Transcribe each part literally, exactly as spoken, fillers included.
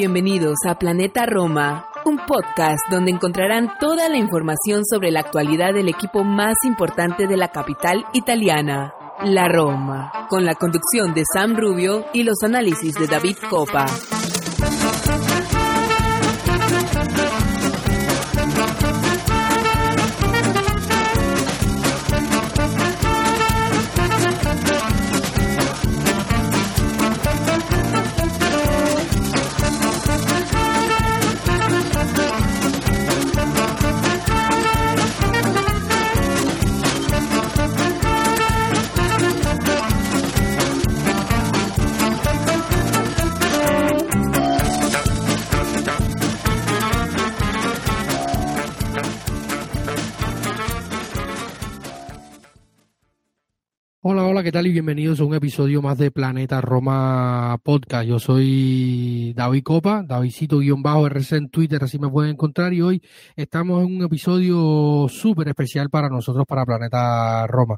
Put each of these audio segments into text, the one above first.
Bienvenidos a Planeta Roma, un podcast donde encontrarán toda la información sobre la actualidad del equipo más importante de la capital italiana, la Roma, con la conducción de Sam Rubio y los análisis de David Copa. Hola, hola, ¿qué tal? Y bienvenidos a un episodio más de Planeta Roma Podcast. Yo soy David Copa, Davidcito-R C en Twitter, así me pueden encontrar. Y hoy estamos en un episodio súper especial para nosotros, para Planeta Roma.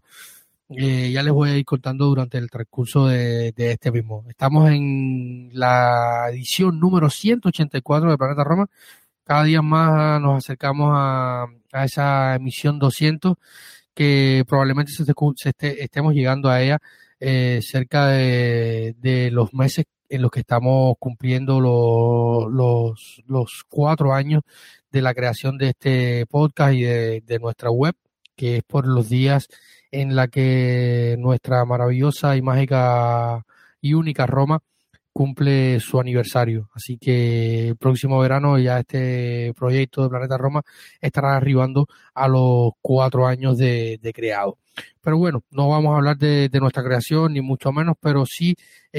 Eh, ya les voy a ir contando durante el transcurso de, de este mismo. Estamos en la edición número ciento ochenta y cuatro de Planeta Roma. Cada día más nos acercamos a, a esa emisión doscientos, que probablemente se, se esté, estemos llegando a ella eh, cerca de, de los meses en los que estamos cumpliendo los, los, los cuatro años de la creación de este podcast y de, de nuestra web, que es por los días en la que nuestra maravillosa y mágica y única Roma cumple su aniversario. Así que el próximo verano ya este proyecto de Planeta Roma estará arribando a los cuatro años de, de creado. Pero bueno, no vamos a hablar de, de nuestra creación ni mucho menos, pero sí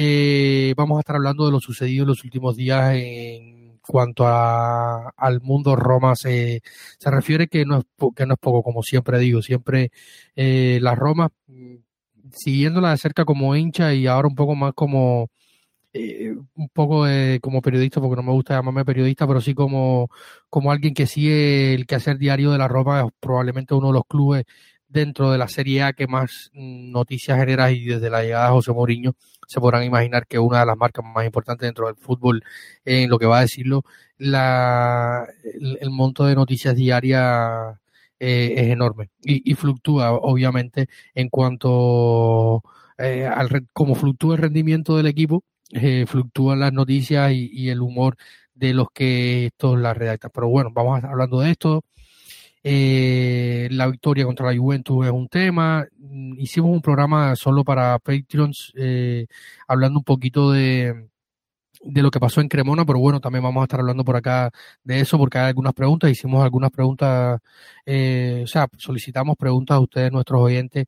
eh, vamos a estar hablando de lo sucedido en los últimos días en cuanto a, al mundo Roma se, se refiere, que no, es, que no es poco, como siempre digo. Siempre eh, la Roma, siguiéndola de cerca como hincha y ahora un poco más como Eh, un poco eh, como periodista, porque no me gusta llamarme periodista, pero sí como, como alguien que sigue el quehacer diario de la Roma. Es probablemente uno de los clubes dentro de la Serie A que más noticias genera, y desde la llegada de José Mourinho se podrán imaginar que una de las marcas más importantes dentro del fútbol, en lo que va a decirlo, la, el, el monto de noticias diarias eh, es enorme y, y fluctúa obviamente en cuanto eh, al como fluctúa el rendimiento del equipo. Eh, fluctúan las noticias y, y el humor de los que estos las redactan. Pero bueno, vamos a estar hablando de esto. Eh, la victoria contra la Juventus es un tema. Hicimos un programa solo para Patreons, eh, hablando un poquito de, de lo que pasó en Cremona, pero bueno, también vamos a estar hablando por acá de eso, porque hay algunas preguntas. Hicimos algunas preguntas, eh, o sea, solicitamos preguntas a ustedes, nuestros oyentes,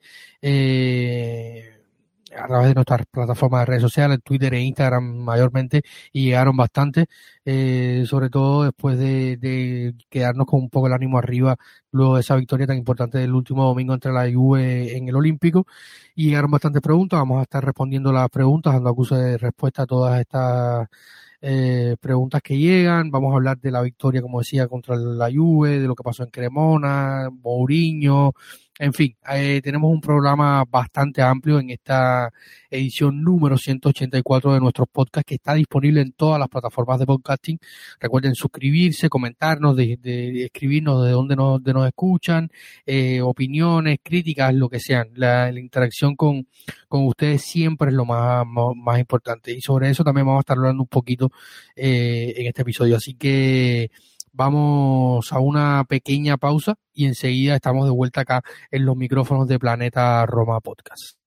eh, a través de nuestras plataformas de redes sociales, Twitter e Instagram mayormente, y llegaron bastantes, eh, sobre todo después de, de quedarnos con un poco el ánimo arriba luego de esa victoria tan importante del último domingo entre la Juve en el Olímpico, y llegaron bastantes preguntas. Vamos a estar respondiendo las preguntas, dando acuse de respuesta a todas estas eh, preguntas que llegan. Vamos a hablar de la victoria, como decía, contra la Juve, de lo que pasó en Cremona, Mourinho. En fin, eh, tenemos un programa bastante amplio en esta edición número ciento ochenta y cuatro de nuestros podcasts, que está disponible en todas las plataformas de podcasting. Recuerden suscribirse, comentarnos, de, de, de escribirnos de dónde nos, de nos escuchan, eh, opiniones, críticas, lo que sean. La, la interacción con, con ustedes siempre es lo más, más, más importante, y sobre eso también vamos a estar hablando un poquito eh, en este episodio. Así que vamos a una pequeña pausa y enseguida estamos de vuelta acá en los micrófonos de Planeta Roma Podcast.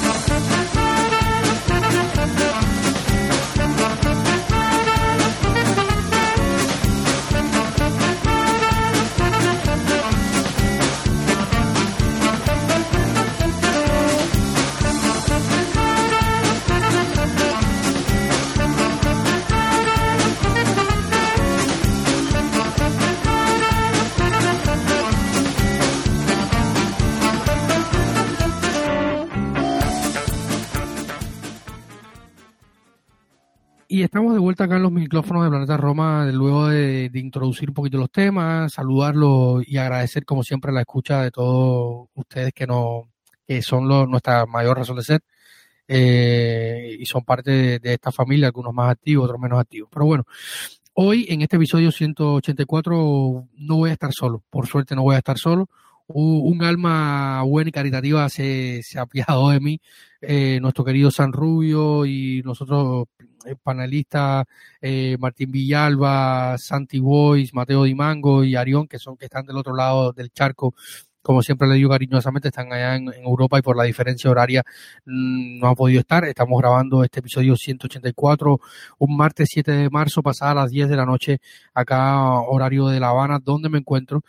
Y estamos de vuelta acá en los micrófonos de Planeta Roma, luego de, de introducir un poquito los temas, saludarlos y agradecer como siempre la escucha de todos ustedes que, no, que son lo, nuestra mayor razón de ser. eh, y son parte de, de esta familia, algunos más activos, otros menos activos. Pero bueno, hoy en este episodio ciento ochenta y cuatro no voy a estar solo, por suerte no voy a estar solo. Un alma buena y caritativa se, se ha apiadado de mí, eh, nuestro querido San Rubio y nosotros eh, panelistas, eh, Martín Villalba, Santi Boys, Mateo Dimango y Arión, que son que están del otro lado del charco, como siempre le digo cariñosamente, están allá en, en Europa y por la diferencia horaria mmm, no han podido estar. Estamos grabando este episodio ciento ochenta y cuatro un martes siete de marzo, pasada las diez de la noche, acá horario de La Habana, donde me encuentro.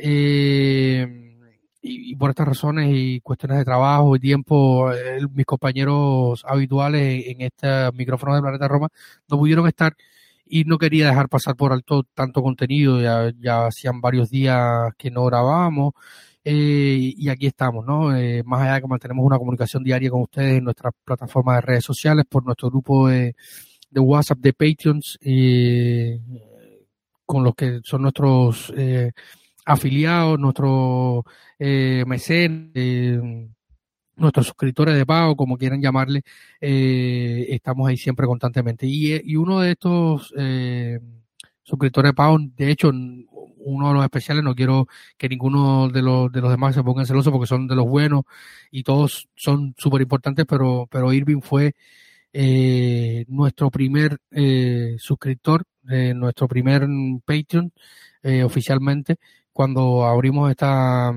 Eh, Y, y por estas razones y cuestiones de trabajo y tiempo, eh, mis compañeros habituales en este micrófono de Planeta Roma no pudieron estar y no quería dejar pasar por alto tanto contenido. Ya, ya hacían varios días que no grabábamos, eh, y aquí estamos, ¿no? Eh, más allá de que mantenemos una comunicación diaria con ustedes en nuestras plataformas de redes sociales, por nuestro grupo de, de WhatsApp de Patreons, eh, con los que son nuestros eh, afiliados, nuestros eh, mecenas, eh, nuestros suscriptores de pago, como quieran llamarle, eh, estamos ahí siempre constantemente. Y, y uno de estos eh, suscriptores de pago, de hecho, uno de los especiales, no quiero que ninguno de los de los demás se pongan celosos porque son de los buenos y todos son súper importantes, pero, pero Irving fue eh, nuestro primer eh, suscriptor, eh, nuestro primer Patreon eh, oficialmente, cuando abrimos esta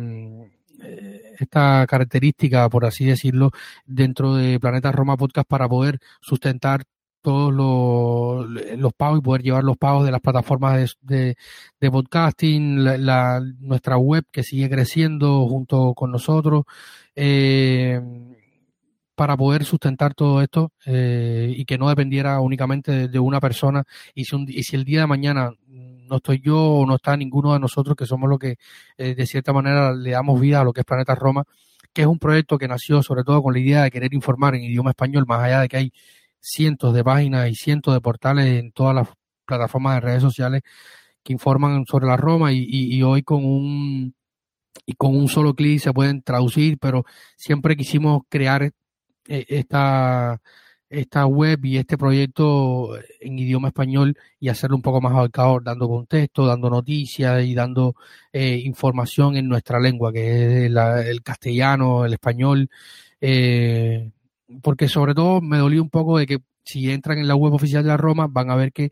esta característica, por así decirlo, dentro de Planeta Roma Podcast para poder sustentar todos los, los pagos y poder llevar los pagos de las plataformas de, de, de podcasting, la, la, nuestra web que sigue creciendo junto con nosotros, eh, para poder sustentar todo esto eh, y que no dependiera únicamente de, de una persona. Y si, un, y si el día de mañana no estoy yo o no está ninguno de nosotros, que somos los que eh, de cierta manera le damos vida a lo que es Planeta Roma, que es un proyecto que nació sobre todo con la idea de querer informar en idioma español, más allá de que hay cientos de páginas y cientos de portales en todas las plataformas de redes sociales que informan sobre la Roma y, y, y hoy con un y con un solo clic se pueden traducir, pero siempre quisimos crear eh, esta esta web y este proyecto en idioma español y hacerlo un poco más abarcador, dando contexto, dando noticias y dando eh, información en nuestra lengua, que es la, el castellano, el español, eh, porque sobre todo me dolió un poco de que si entran en la web oficial de la Roma van a ver que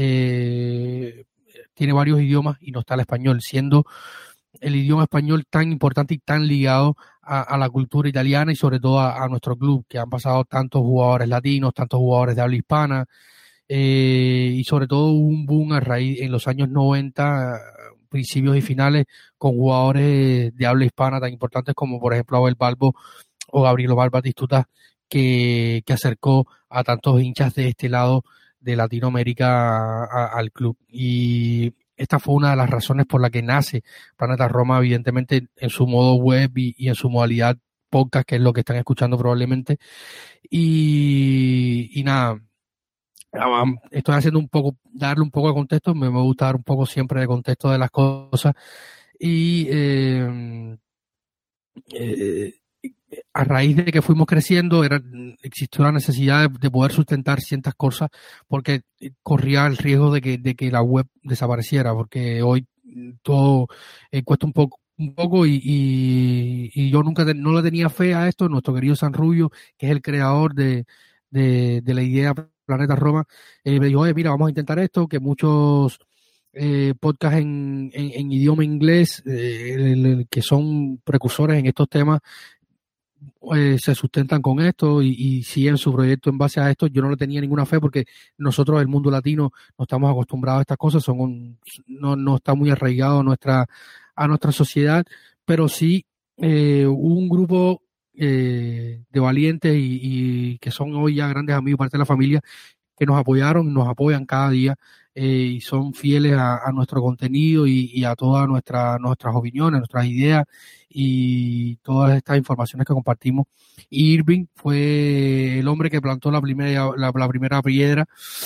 eh, tiene varios idiomas y no está el español, siendo el idioma español tan importante y tan ligado a, a la cultura italiana y sobre todo a, a nuestro club, que han pasado tantos jugadores latinos, tantos jugadores de habla hispana, eh, y sobre todo un boom a raíz en los años noventa, principios y finales, con jugadores de habla hispana tan importantes como por ejemplo Abel Balbo o Gabriel Omar Batistuta, que, que acercó a tantos hinchas de este lado de Latinoamérica a, a, al club. Y esta fue una de las razones por la que nace Planeta Roma, evidentemente en su modo web y, y en su modalidad podcast, que es lo que están escuchando probablemente. Y, y nada, estoy haciendo un poco, darle un poco de contexto, me, me gusta dar un poco siempre de contexto de las cosas. Y eh, eh, a raíz de que fuimos creciendo, era, existió la necesidad de, de poder sustentar ciertas cosas porque corría el riesgo de que, de que la web desapareciera, porque hoy todo eh, cuesta un poco un poco y, y, y yo nunca te, no le tenía fe a esto. Nuestro querido San Rubio, que es el creador de, de, de la idea Planeta Roma, eh, me dijo, oye, mira, vamos a intentar esto, que muchos Eh, podcast en, en, en idioma inglés eh, el, el, que son precursores en estos temas eh, se sustentan con esto y, y siguen su proyecto en base a esto. Yo no le tenía ninguna fe porque nosotros, el mundo latino, no estamos acostumbrados a estas cosas, son un, no, no está muy arraigado a nuestra, a nuestra sociedad, pero sí eh, un grupo eh, de valientes y, y que son hoy ya grandes amigos, parte de la familia, que nos apoyaron y nos apoyan cada día eh, y son fieles a, a nuestro contenido y, y a todas nuestra, nuestras opiniones, nuestras ideas y todas estas informaciones que compartimos. Y Irving fue el hombre que plantó la primera, la, la primera piedra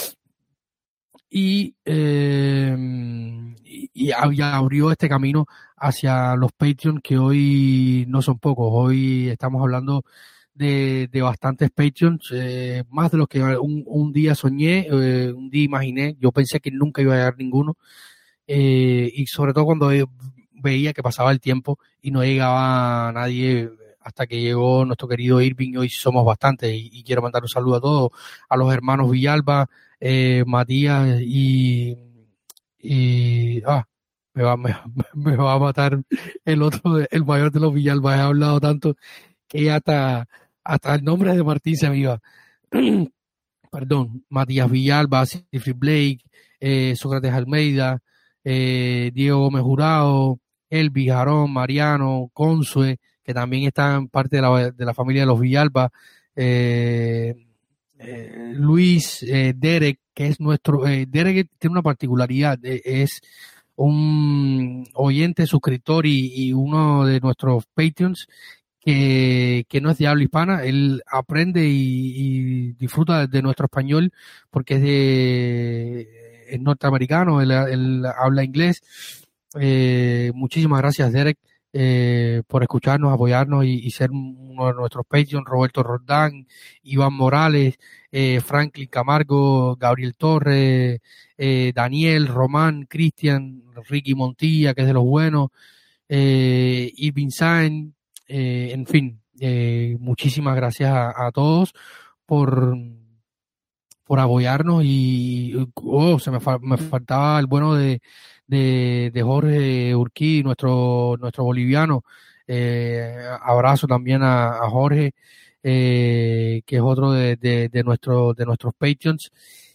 y, eh, y, y abrió este camino hacia los Patreon, que hoy no son pocos. Hoy estamos hablando de, de bastantes Patreons, eh, más de los que un, un día soñé, eh, un día imaginé. Yo pensé que nunca iba a llegar ninguno, eh, y sobre todo cuando veía que pasaba el tiempo y no llegaba nadie, hasta que llegó nuestro querido Irving. Hoy somos bastantes, y, y quiero mandar un saludo a todos, a los hermanos Villalba, eh, Matías y, y ah, me va, me, me va a matar el otro, el mayor de los Villalba. He hablado tanto que hasta, hasta el nombre de Martín se me iba. Perdón, Matías Villalba, Sigfrid Blake, eh, Sócrates Almeida, eh, Diego Gómez Jurado, Elvis, Jarón, Mariano, Consue, que también están parte de la, de la familia de los Villalba, eh, eh, Luis, eh, Derek, que es nuestro, eh, Derek tiene una particularidad, eh, es un oyente, suscriptor y, y uno de nuestros Patreons que, que no es de habla hispana. Él aprende y, y disfruta de, de nuestro español porque es de es norteamericano, él, él habla inglés. Eh, muchísimas gracias, Derek, eh, por escucharnos, apoyarnos y, y ser uno de nuestros Patreons. Roberto Roldán, Iván Morales, eh, Franklin Camargo, Gabriel Torres, eh, Daniel, Román, Cristian, Ricky Montilla, que es de los buenos, eh, Irving Sainz, eh, en fin, eh, muchísimas gracias a, a todos por por apoyarnos. Y oh, se me, fa, me faltaba el bueno de, de, de Jorge Urquí, nuestro nuestro boliviano. Eh, abrazo también a, a Jorge, eh, que es otro de, de, de, nuestro, de nuestros Patreons.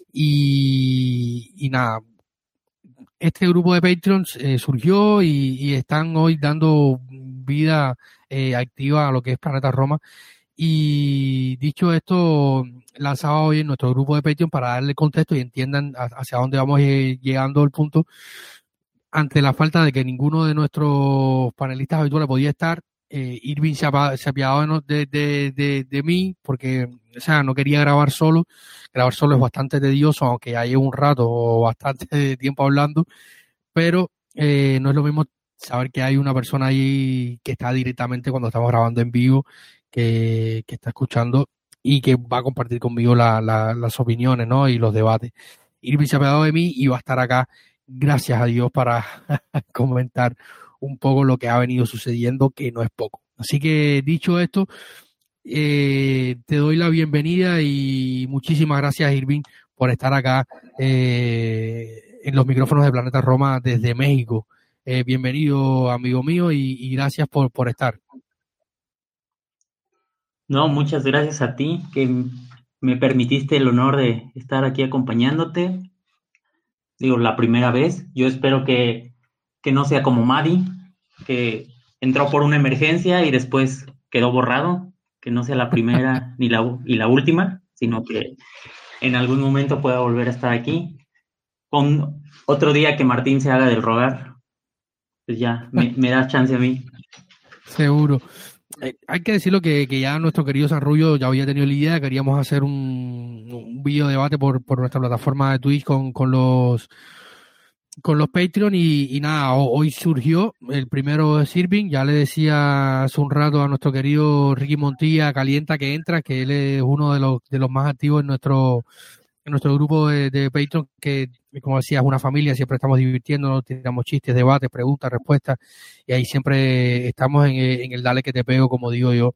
Y, y nada, este grupo de Patreons eh, surgió y, y están hoy dando vida eh, activa a lo que es Planeta Roma. Y dicho esto, lanzaba hoy en nuestro grupo de Patreon para darle contexto y entiendan hacia dónde vamos llegando al punto. Ante la falta de que ninguno de nuestros panelistas habituales podía estar, eh, Irving se ha, se ha apiadado de, de, de, de mí porque, o sea, no quería grabar solo. Grabar solo es bastante tedioso, aunque ya llevo un rato o bastante tiempo hablando, pero eh, no es lo mismo saber que hay una persona ahí que está directamente cuando estamos grabando en vivo, que, que está escuchando y que va a compartir conmigo la, la, las opiniones, ¿no? Y los debates. Irving se ha apiadado de mí y va a estar acá, gracias a Dios, para comentar un poco lo que ha venido sucediendo, que no es poco. Así que, dicho esto, eh, te doy la bienvenida y muchísimas gracias, Irving, por estar acá eh, en los micrófonos de Planeta Roma desde México. Eh, bienvenido, amigo mío, y, y gracias por, por estar. No, muchas gracias a ti, que me permitiste el honor de estar aquí acompañándote. Digo, la primera vez. Yo espero que, que no sea como Maddie, que entró por una emergencia y después quedó borrado. Que no sea la primera ni la, y la última, sino que en algún momento pueda volver a estar aquí. Con otro día que Martín se haga del rogar, pues ya me, me da chance a mí. Seguro. Eh, hay que decirlo que, que ya nuestro querido Sarrullo ya había tenido la idea. Queríamos hacer un, un video debate por, por nuestra plataforma de Twitch con, con los con los Patreon y, y nada, hoy surgió. El primero es Irving. Ya le decía hace un rato a nuestro querido Ricky Montilla, calienta que entra, que él es uno de los de los más activos en nuestro en nuestro grupo de, de Patreon, que como decía es una familia, siempre estamos divirtiéndonos, tiramos chistes, debates, preguntas, respuestas, y ahí siempre estamos en, en el dale que te pego, como digo yo.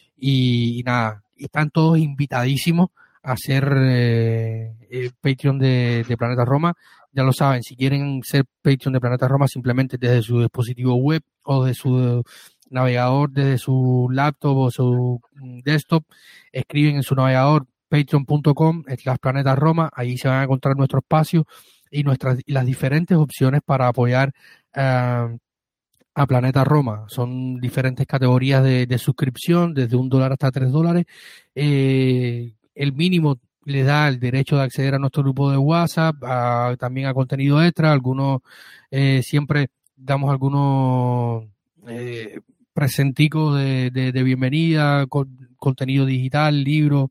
Y, y nada, están todos invitadísimos a ser eh, el Patreon de, de Planeta Roma. Ya lo saben, si quieren ser Patreon de Planeta Roma, simplemente desde su dispositivo web o de su navegador, desde su laptop o su desktop, escriben en su navegador patreon punto com slash Planeta Roma. Ahí se van a encontrar nuestro espacio y nuestras y las diferentes opciones para apoyar uh, a Planeta Roma. Son diferentes categorías de, de suscripción, desde un dólar hasta tres dólares. Eh, el mínimo le da el derecho de acceder a nuestro grupo de WhatsApp, a, también a contenido extra. Algunos, eh, siempre damos algunos eh, presenticos de, de, de bienvenida, con, contenido digital, libros.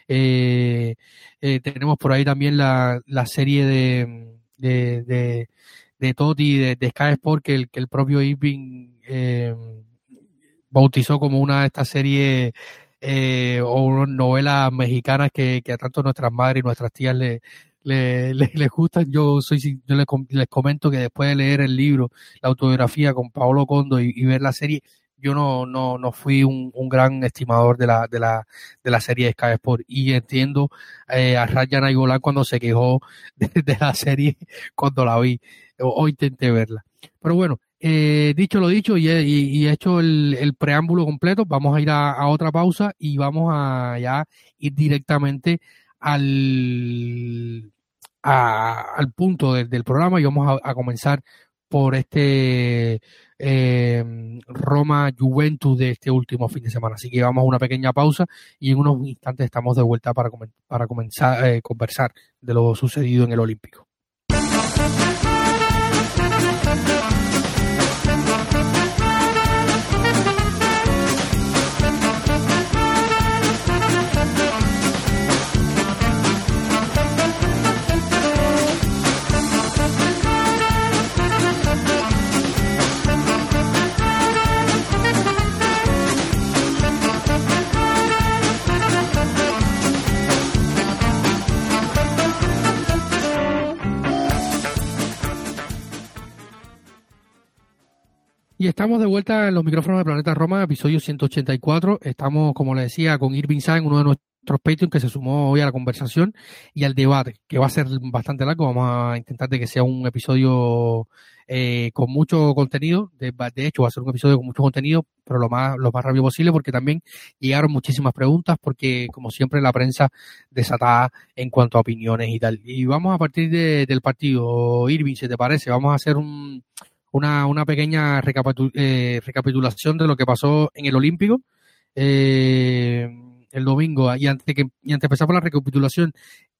Eh, eh, tenemos por ahí también la, la serie de, de, de, de Totti, de, de Sky Sport, que el, que el propio Irving eh, bautizó como una de estas series eh, o novelas mexicanas que, que a tanto nuestras madres y nuestras tías le, le, le, les gustan. Yo soy yo les, les comento que después de leer el libro, la autobiografía con Paolo Condo y, y ver la serie, yo no, no, no fui un, un gran estimador de la, de la, de la serie de Sky Sport, y entiendo eh, a Raja Nainggolan cuando se quejó de, de la serie cuando la vi o, o intenté verla. Pero bueno, eh, dicho lo dicho y, y, y hecho el, el preámbulo completo, vamos a ir a, a otra pausa y vamos a ya ir directamente al, a, al punto de, del programa, y vamos a, a comenzar por este eh, Roma Juventus de este último fin de semana. Así que vamos a una pequeña pausa y en unos instantes estamos de vuelta para, para comenzar a eh, conversar de lo sucedido en el Olímpico. Y estamos de vuelta en los micrófonos de Planeta Roma, episodio ciento ochenta y cuatro. Estamos, como les decía, con Irving Sáenz, uno de nuestros Patreon, que se sumó hoy a la conversación y al debate, que va a ser bastante largo. Vamos a intentar de que sea un episodio eh, con mucho contenido. De, de hecho, va a ser un episodio con mucho contenido, pero lo más, lo más rápido posible, porque también llegaron muchísimas preguntas, porque, como siempre, la prensa desatada en cuanto a opiniones y tal. Y vamos a partir de, del partido. Irving, si te parece, vamos a hacer un... Una, una pequeña recapitul eh, recapitulación de lo que pasó en el Olímpico eh, el domingo. Y antes, de que, y antes de empezar por la recapitulación,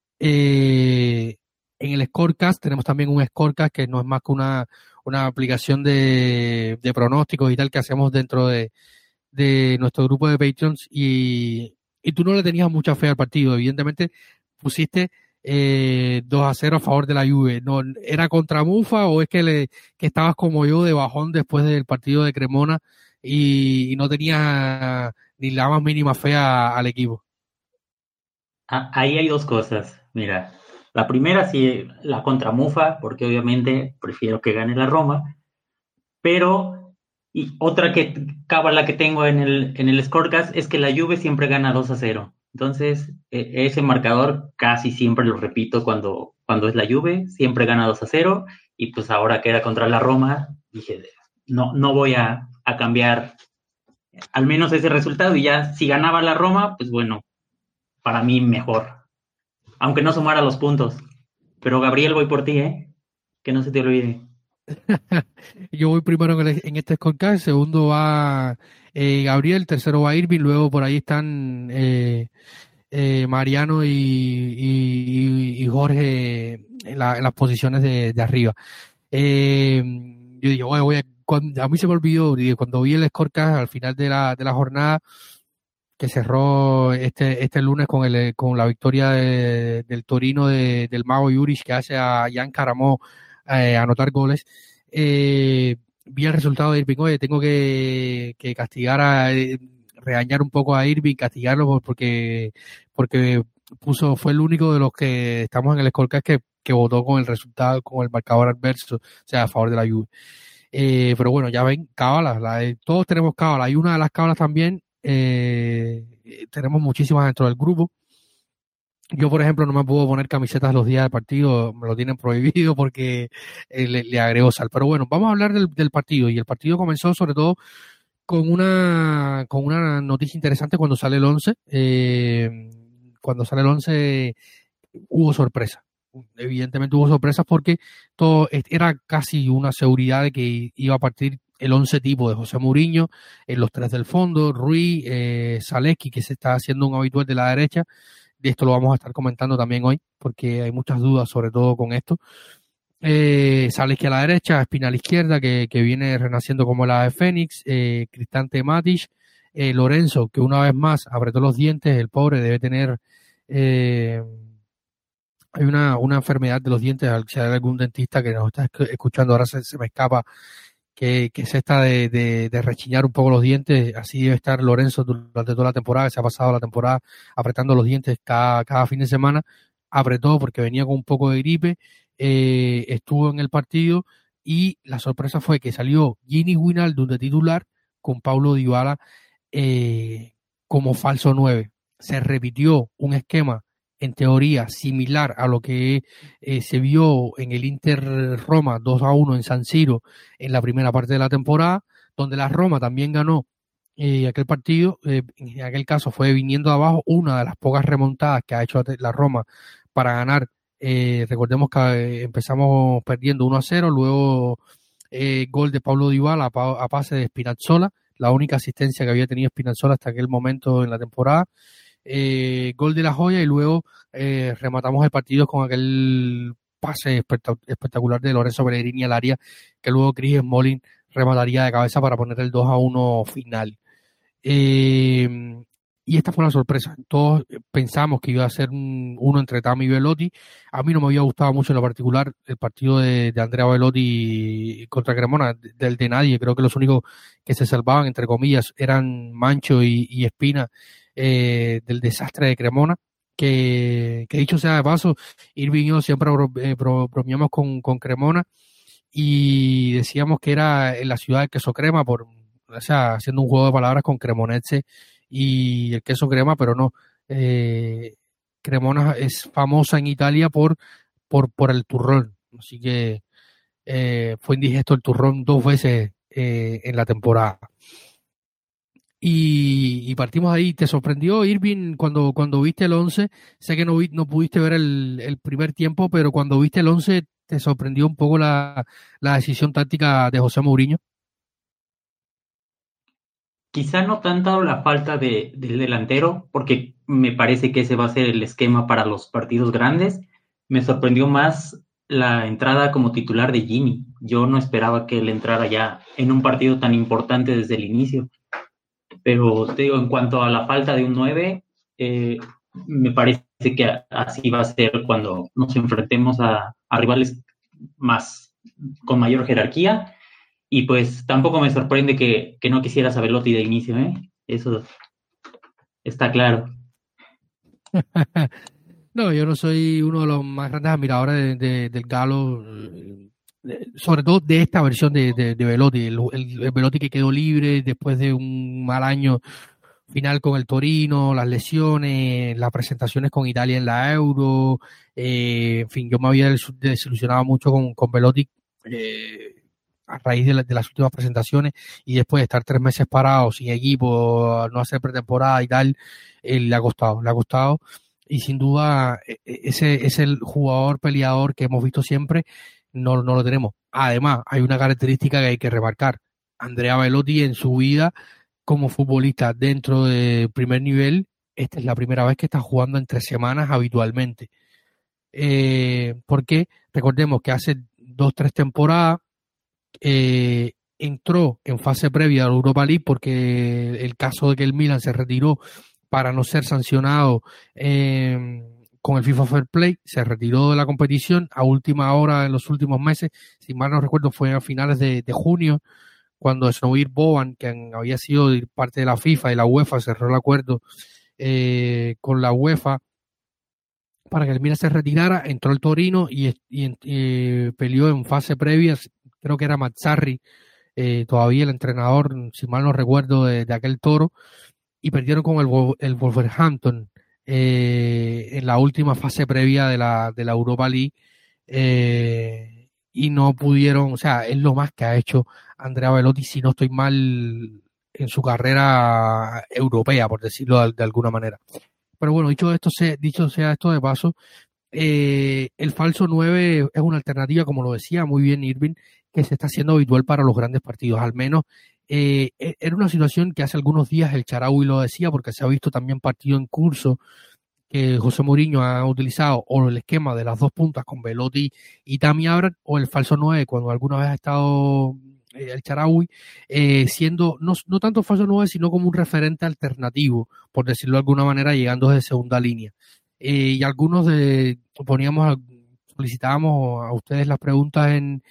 eh, en el Scorecast tenemos también un Scorecast que no es más que una, una aplicación de, de pronósticos y tal que hacemos dentro de, de nuestro grupo de Patreons. Y, y tú no le tenías mucha fe al partido. Evidentemente pusiste Eh, dos a cero a favor de la Juve. ¿No era contra Mufa o es que le que estabas como yo de bajón después del partido de Cremona y, y no tenías ni la más mínima fe a, al equipo? Ah, ahí hay dos cosas. Mira, la primera sí, la contra Mufa, porque obviamente prefiero que gane la Roma, pero y otra que cábala que tengo en el en el Scorecast es que la Juve siempre gana dos a cero. Entonces, ese marcador casi siempre lo repito cuando, cuando es la Juve, siempre gana dos a cero, y pues ahora que era contra la Roma, dije, no, no voy a, a cambiar al menos ese resultado, y ya si ganaba la Roma, pues bueno, para mí mejor, aunque no sumara los puntos. Pero Gabriel, voy por ti, ¿eh? Que no se te olvide. Yo voy primero en, el, en este scorecard, segundo va eh, Gabriel, tercero va Irving, luego por ahí están eh, eh, Mariano y, y, y Jorge en, la, en las posiciones de, de arriba. Eh, yo dije, bueno, voy a, cuando, a mí se me olvidó, cuando vi el scorecard al final de la, de la jornada, que cerró este este lunes con el con la victoria de, del Torino de, del Mago Juric, que hace a Jan Karamọ́ eh, anotar goles. Eh, vi el resultado de Irving. Oye, tengo que, que castigar a eh, regañar un poco a Irving, castigarlo porque porque puso fue el único de los que estamos en el scorecard que, que votó con el resultado, con el marcador adverso, o sea, a favor de la Juve. Eh, pero bueno, ya ven, cábalas, la, todos tenemos cábalas. Hay una de las cábalas también. Eh, tenemos muchísimas dentro del grupo. Yo, por ejemplo, no me puedo poner camisetas los días del partido, me lo tienen prohibido porque eh, le, le agrego sal. Pero bueno, vamos a hablar del, del partido. Y el partido comenzó sobre todo con una con una noticia interesante cuando sale el once. Eh, cuando sale el once hubo sorpresa. Evidentemente hubo sorpresas porque todo era casi una seguridad de que iba a partir el once tipo de José Mourinho, en los tres del fondo, Rui, eh, Zalewski, que se está haciendo un habitual de la derecha. De esto lo vamos a estar comentando también hoy, porque hay muchas dudas, sobre todo con esto. Eh, Zalewski a la derecha, Espina a la izquierda, que, que viene renaciendo como la de Fénix, eh, Cristante Matic, eh, Lorenzo, que una vez más apretó los dientes, el pobre debe tener... Eh, hay una, una enfermedad de los dientes, si hay algún dentista que nos está escuchando, ahora se, se me escapa que, que es esta de, de, de rechinar un poco los dientes. Así debe estar Lorenzo durante toda la temporada, que se ha pasado la temporada apretando los dientes cada, cada fin de semana. Apretó porque venía con un poco de gripe, eh, estuvo en el partido y la sorpresa fue que salió Gini Wijnaldum de titular con Paulo Dybala eh, como falso nueve. Se repitió un esquema en teoría similar a lo que eh, se vio en el Inter Roma dos a uno en San Siro en la primera parte de la temporada, donde la Roma también ganó eh, aquel partido. Eh, en aquel caso fue viniendo de abajo, una de las pocas remontadas que ha hecho la Roma para ganar. Eh, recordemos que eh, empezamos perdiendo uno a cero, luego eh, gol de Paulo Dybala a, pa a pase de Spinazzola, la única asistencia que había tenido Spinazzola hasta aquel momento en la temporada. Eh, gol de La Joya y luego eh, rematamos el partido con aquel pase espectacular de Lorenzo Pellegrini al área, que luego Chris Smalling remataría de cabeza para poner el dos a uno final. Eh, y esta fue una sorpresa. Todos pensamos que iba a ser un, uno entre Tami y Belotti. A mí no me había gustado mucho en lo particular el partido de, de Andrea Belotti contra Cremona, del de nadie. Creo que los únicos que se salvaban, entre comillas, eran Mancho y, y Espina, eh, del desastre de Cremona. Que, que dicho sea de paso, Irving y yo siempre eh, bromeamos con, con Cremona y decíamos que era en la ciudad del queso crema, por, o sea, haciendo un juego de palabras con Cremonese y el queso crema, pero no. Eh, Cremona es famosa en Italia por, por, por el turrón, así que eh, fue indigesto el turrón dos veces eh, en la temporada. Y, y partimos ahí. ¿Te sorprendió, Irving, cuando, cuando viste el once? Sé que no, vi, no pudiste ver el, el primer tiempo, pero cuando viste el once, ¿te sorprendió un poco la, la decisión táctica de José Mourinho? Quizá no tanto la falta de, del delantero, porque me parece que ese va a ser el esquema para los partidos grandes. Me sorprendió más la entrada como titular de Gini. Yo no esperaba que él entrara ya en un partido tan importante desde el inicio. Pero te digo, en cuanto a la falta de un nueve, eh, me parece que así va a ser cuando nos enfrentemos a, a rivales más con mayor jerarquía. Y pues tampoco me sorprende que, que no quisieras a Belotti de inicio, ¿eh? Eso está claro. No, yo no soy uno de los más grandes admiradores de, de, del Galo, de, sobre todo de esta versión de, de, de Belotti, el, el, el Belotti que quedó libre después de un mal año final con el Torino, las lesiones, las presentaciones con Italia en la Euro, eh, en fin, yo me había desilusionado mucho con, con Belotti eh, a raíz de, la, de las últimas presentaciones y después de estar tres meses parado sin equipo, no hacer pretemporada y tal, eh, le ha costado, le ha costado. Y sin duda ese es el jugador peleador que hemos visto siempre, no, no lo tenemos. Además, hay una característica que hay que remarcar. Andrea Belotti en su vida como futbolista dentro del primer nivel, esta es la primera vez que está jugando entre semanas habitualmente. Eh, porque recordemos que hace dos, tres temporadas eh, entró en fase previa a la Europa League porque el caso de que el Milan se retiró para no ser sancionado eh, con el FIFA Fair Play, se retiró de la competición a última hora en los últimos meses, si mal no recuerdo fue a finales de, de junio, cuando Snovir Boban, que había sido parte de la FIFA y la UEFA, cerró el acuerdo eh, con la UEFA para que el Milan se retirara, entró el Torino y, y, y peleó en fase previa, creo que era Mazzarri, eh, todavía el entrenador, si mal no recuerdo, de, de aquel Toro, y perdieron con el, el Wolverhampton eh, en la última fase previa de la, de la Europa League eh, y no pudieron, o sea, es lo más que ha hecho Andrea Belotti, si no estoy mal, en su carrera europea, por decirlo de, de alguna manera. Pero bueno, dicho esto, sea, dicho sea esto de paso, eh, el falso nueve es una alternativa, como lo decía muy bien Irving, que se está haciendo habitual para los grandes partidos, al menos Eh, era una situación que hace algunos días el Charaui lo decía, porque se ha visto también partido en curso que José Mourinho ha utilizado o el esquema de las dos puntas con Belotti y Tammy Abraham, o el falso nueve cuando alguna vez ha estado eh, el Charaui, eh, siendo no, no tanto falso nueve sino como un referente alternativo, por decirlo de alguna manera, llegando desde segunda línea. Eh, y algunos de poníamos, solicitábamos a ustedes las preguntas en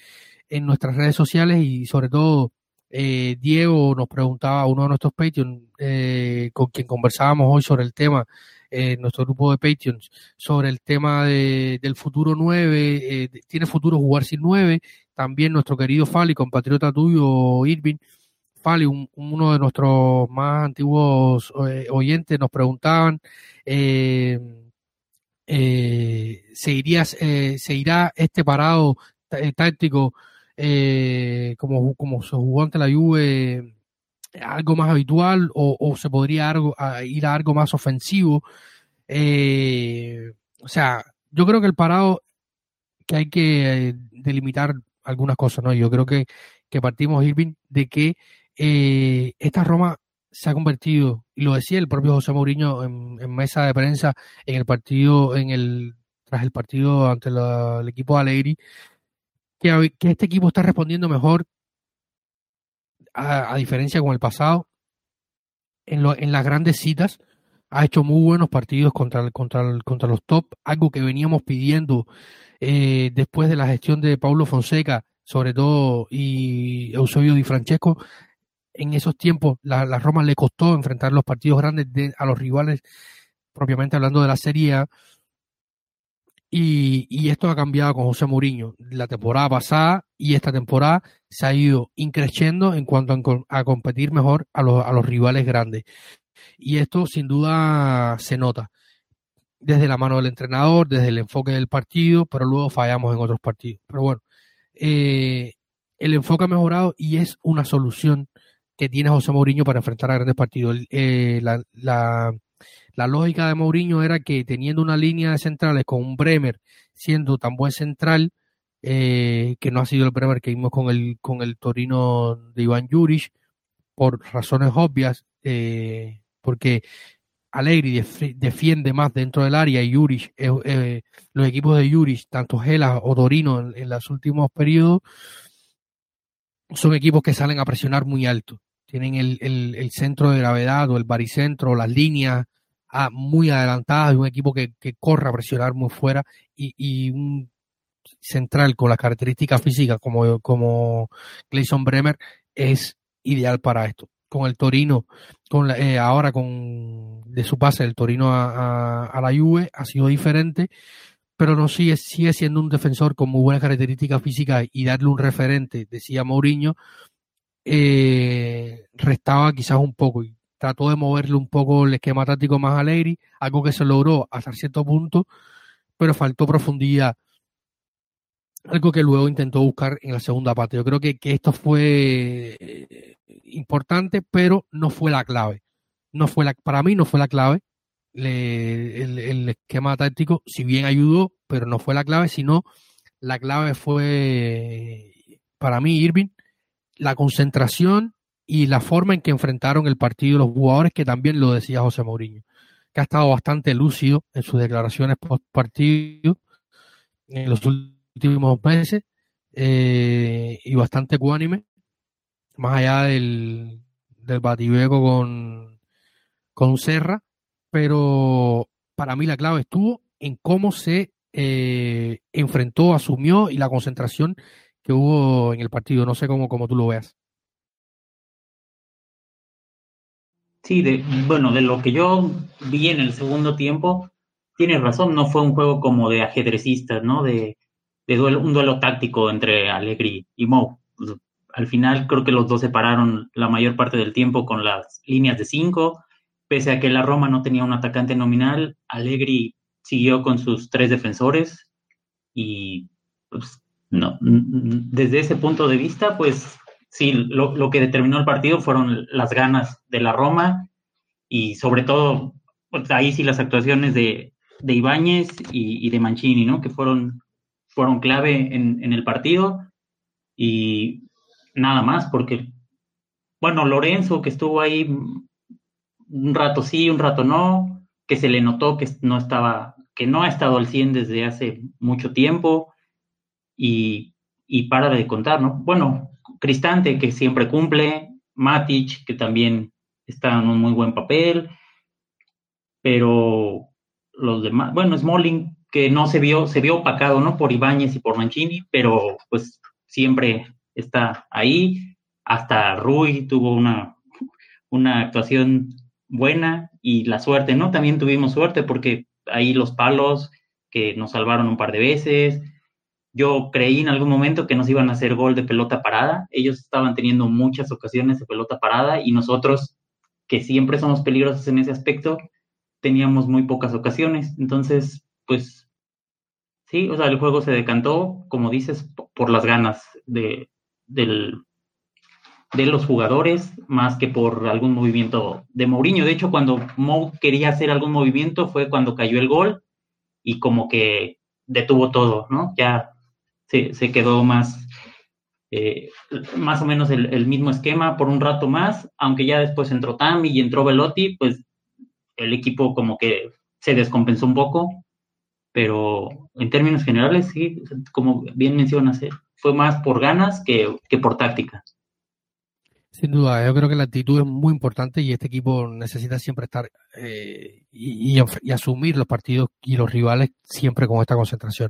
en nuestras redes sociales y sobre todo eh, Diego nos preguntaba, uno de nuestros Patreons, eh, con quien conversábamos hoy sobre el tema, eh, nuestro grupo de Patreons, sobre el tema de, del futuro nueve, eh, ¿tiene futuro jugar sin nueve? También nuestro querido Fali, compatriota tuyo, Irving, Fali, un, uno de nuestros más antiguos eh, oyentes, nos preguntaban eh, eh, ¿se, iría, eh, ¿se irá este parado t- táctico eh, como, como se jugó ante la Juve algo más habitual o, o se podría algo, a ir a algo más ofensivo? Eh, o sea, yo creo que el parado que hay que eh, delimitar algunas cosas, ¿no? Yo creo que, que partimos, Irving, de que eh, esta Roma se ha convertido, y lo decía el propio José Mourinho en, en mesa de prensa en el partido, en el tras el partido ante la, el equipo de Allegri, que, que este equipo está respondiendo mejor a, a diferencia con el pasado en, lo, en las grandes citas. Ha hecho muy buenos partidos contra, el, contra, el, contra los top, algo que veníamos pidiendo eh, después de la gestión de Paulo Fonseca, sobre todo, y Eusebio Di Francesco. En esos tiempos, la, la Roma le costó enfrentar los partidos grandes de, a los rivales, propiamente hablando de la Serie A, y, y esto ha cambiado con José Mourinho. La temporada pasada y esta temporada se ha ido increciendo en cuanto a, a competir mejor a los, a los rivales grandes. Y esto sin duda se nota desde la mano del entrenador, desde el enfoque del partido, pero luego fallamos en otros partidos. Pero bueno, eh, el enfoque ha mejorado y es una solución que tiene José Mourinho para enfrentar a grandes partidos. Eh, la, la, la lógica de Mourinho era que teniendo una línea de centrales con un Bremer siendo tan buen central, eh, que no ha sido el Bremer que vimos con el, con el Torino de Iván Juric, por razones obvias, eh, porque Allegri def- defiende más dentro del área y Juric, eh, eh, los equipos de Juric, tanto Gela o Torino en, en los últimos periodos, son equipos que salen a presionar muy alto. Tienen el, el, el centro de gravedad o el baricentro, las líneas ah, muy adelantadas de un equipo que, que corre a presionar muy fuera y, y un central con las características físicas como, como Clayson Bremer es ideal para esto. Con el Torino, con la, eh, ahora con de su pase del Torino a, a, a la Juve ha sido diferente, pero no sigue, sigue siendo un defensor con muy buenas características físicas y darle un referente, decía Mourinho, eh, restaba quizás un poco y trató de moverle un poco el esquema táctico más a Allegri, algo que se logró hasta cierto punto, pero faltó profundidad, algo que luego intentó buscar en la segunda parte. Yo creo que, que esto fue eh, importante, pero no fue la clave. No fue la, para mí no fue la clave. Le, el, el esquema táctico, si bien ayudó, pero no fue la clave, sino la clave fue, para mí, Irving, la concentración y la forma en que enfrentaron el partido los jugadores, que también lo decía José Mourinho, que ha estado bastante lúcido en sus declaraciones post partido en los últimos meses eh, y bastante ecuánime, más allá del, del batibeco con, con Serra, pero para mí la clave estuvo en cómo se eh, enfrentó, asumió y la concentración que hubo en el partido. No sé cómo, cómo tú lo veas. Sí, de, bueno, de lo que yo vi en el segundo tiempo, tienes razón, no fue un juego como de ajedrecistas, ¿no? De, de duelo, un duelo táctico entre Allegri y Mou. Pues, al final creo que los dos se pararon la mayor parte del tiempo con las líneas de cinco, pese a que la Roma no tenía un atacante nominal, Allegri siguió con sus tres defensores y pues no, desde ese punto de vista, pues sí, lo, lo que determinó el partido fueron las ganas de la Roma y sobre todo, pues ahí sí las actuaciones de, de Ibáñez y, y de Mancini, ¿no? Que fueron, fueron clave en, en el partido y nada más, porque, bueno, Lorenzo que estuvo ahí un rato sí, un rato no, que se le notó que no estaba, que no ha estado al cien desde hace mucho tiempo y, y para de contar, ¿no? Bueno, Cristante, que siempre cumple, Matic, que también está en un muy buen papel, pero los demás, bueno, Smalling, que no se vio, se vio opacado, ¿no? Por Ibáñez y por Mancini, pero pues siempre está ahí. Hasta Rui tuvo una, una actuación buena y la suerte, ¿no? También tuvimos suerte porque ahí los palos que nos salvaron un par de veces. Yo creí en algún momento que nos iban a hacer gol de pelota parada. Ellos estaban teniendo muchas ocasiones de pelota parada y nosotros, que siempre somos peligrosos en ese aspecto, teníamos muy pocas ocasiones. Entonces, pues sí, o sea, el juego se decantó, como dices, por las ganas de, del, de los jugadores, más que por algún movimiento de Mourinho. De hecho, cuando Mou quería hacer algún movimiento fue cuando cayó el gol y como que detuvo todo, ¿no? Ya se, se quedó más, eh, más o menos el, el mismo esquema por un rato más, aunque ya después entró Tammy y entró Velotti, pues el equipo como que se descompensó un poco, pero en términos generales, sí, como bien mencionas, ¿eh? Fue más por ganas que, que por táctica. Sin duda, yo creo que la actitud es muy importante y este equipo necesita siempre estar eh, y, y, y asumir los partidos y los rivales siempre con esta concentración.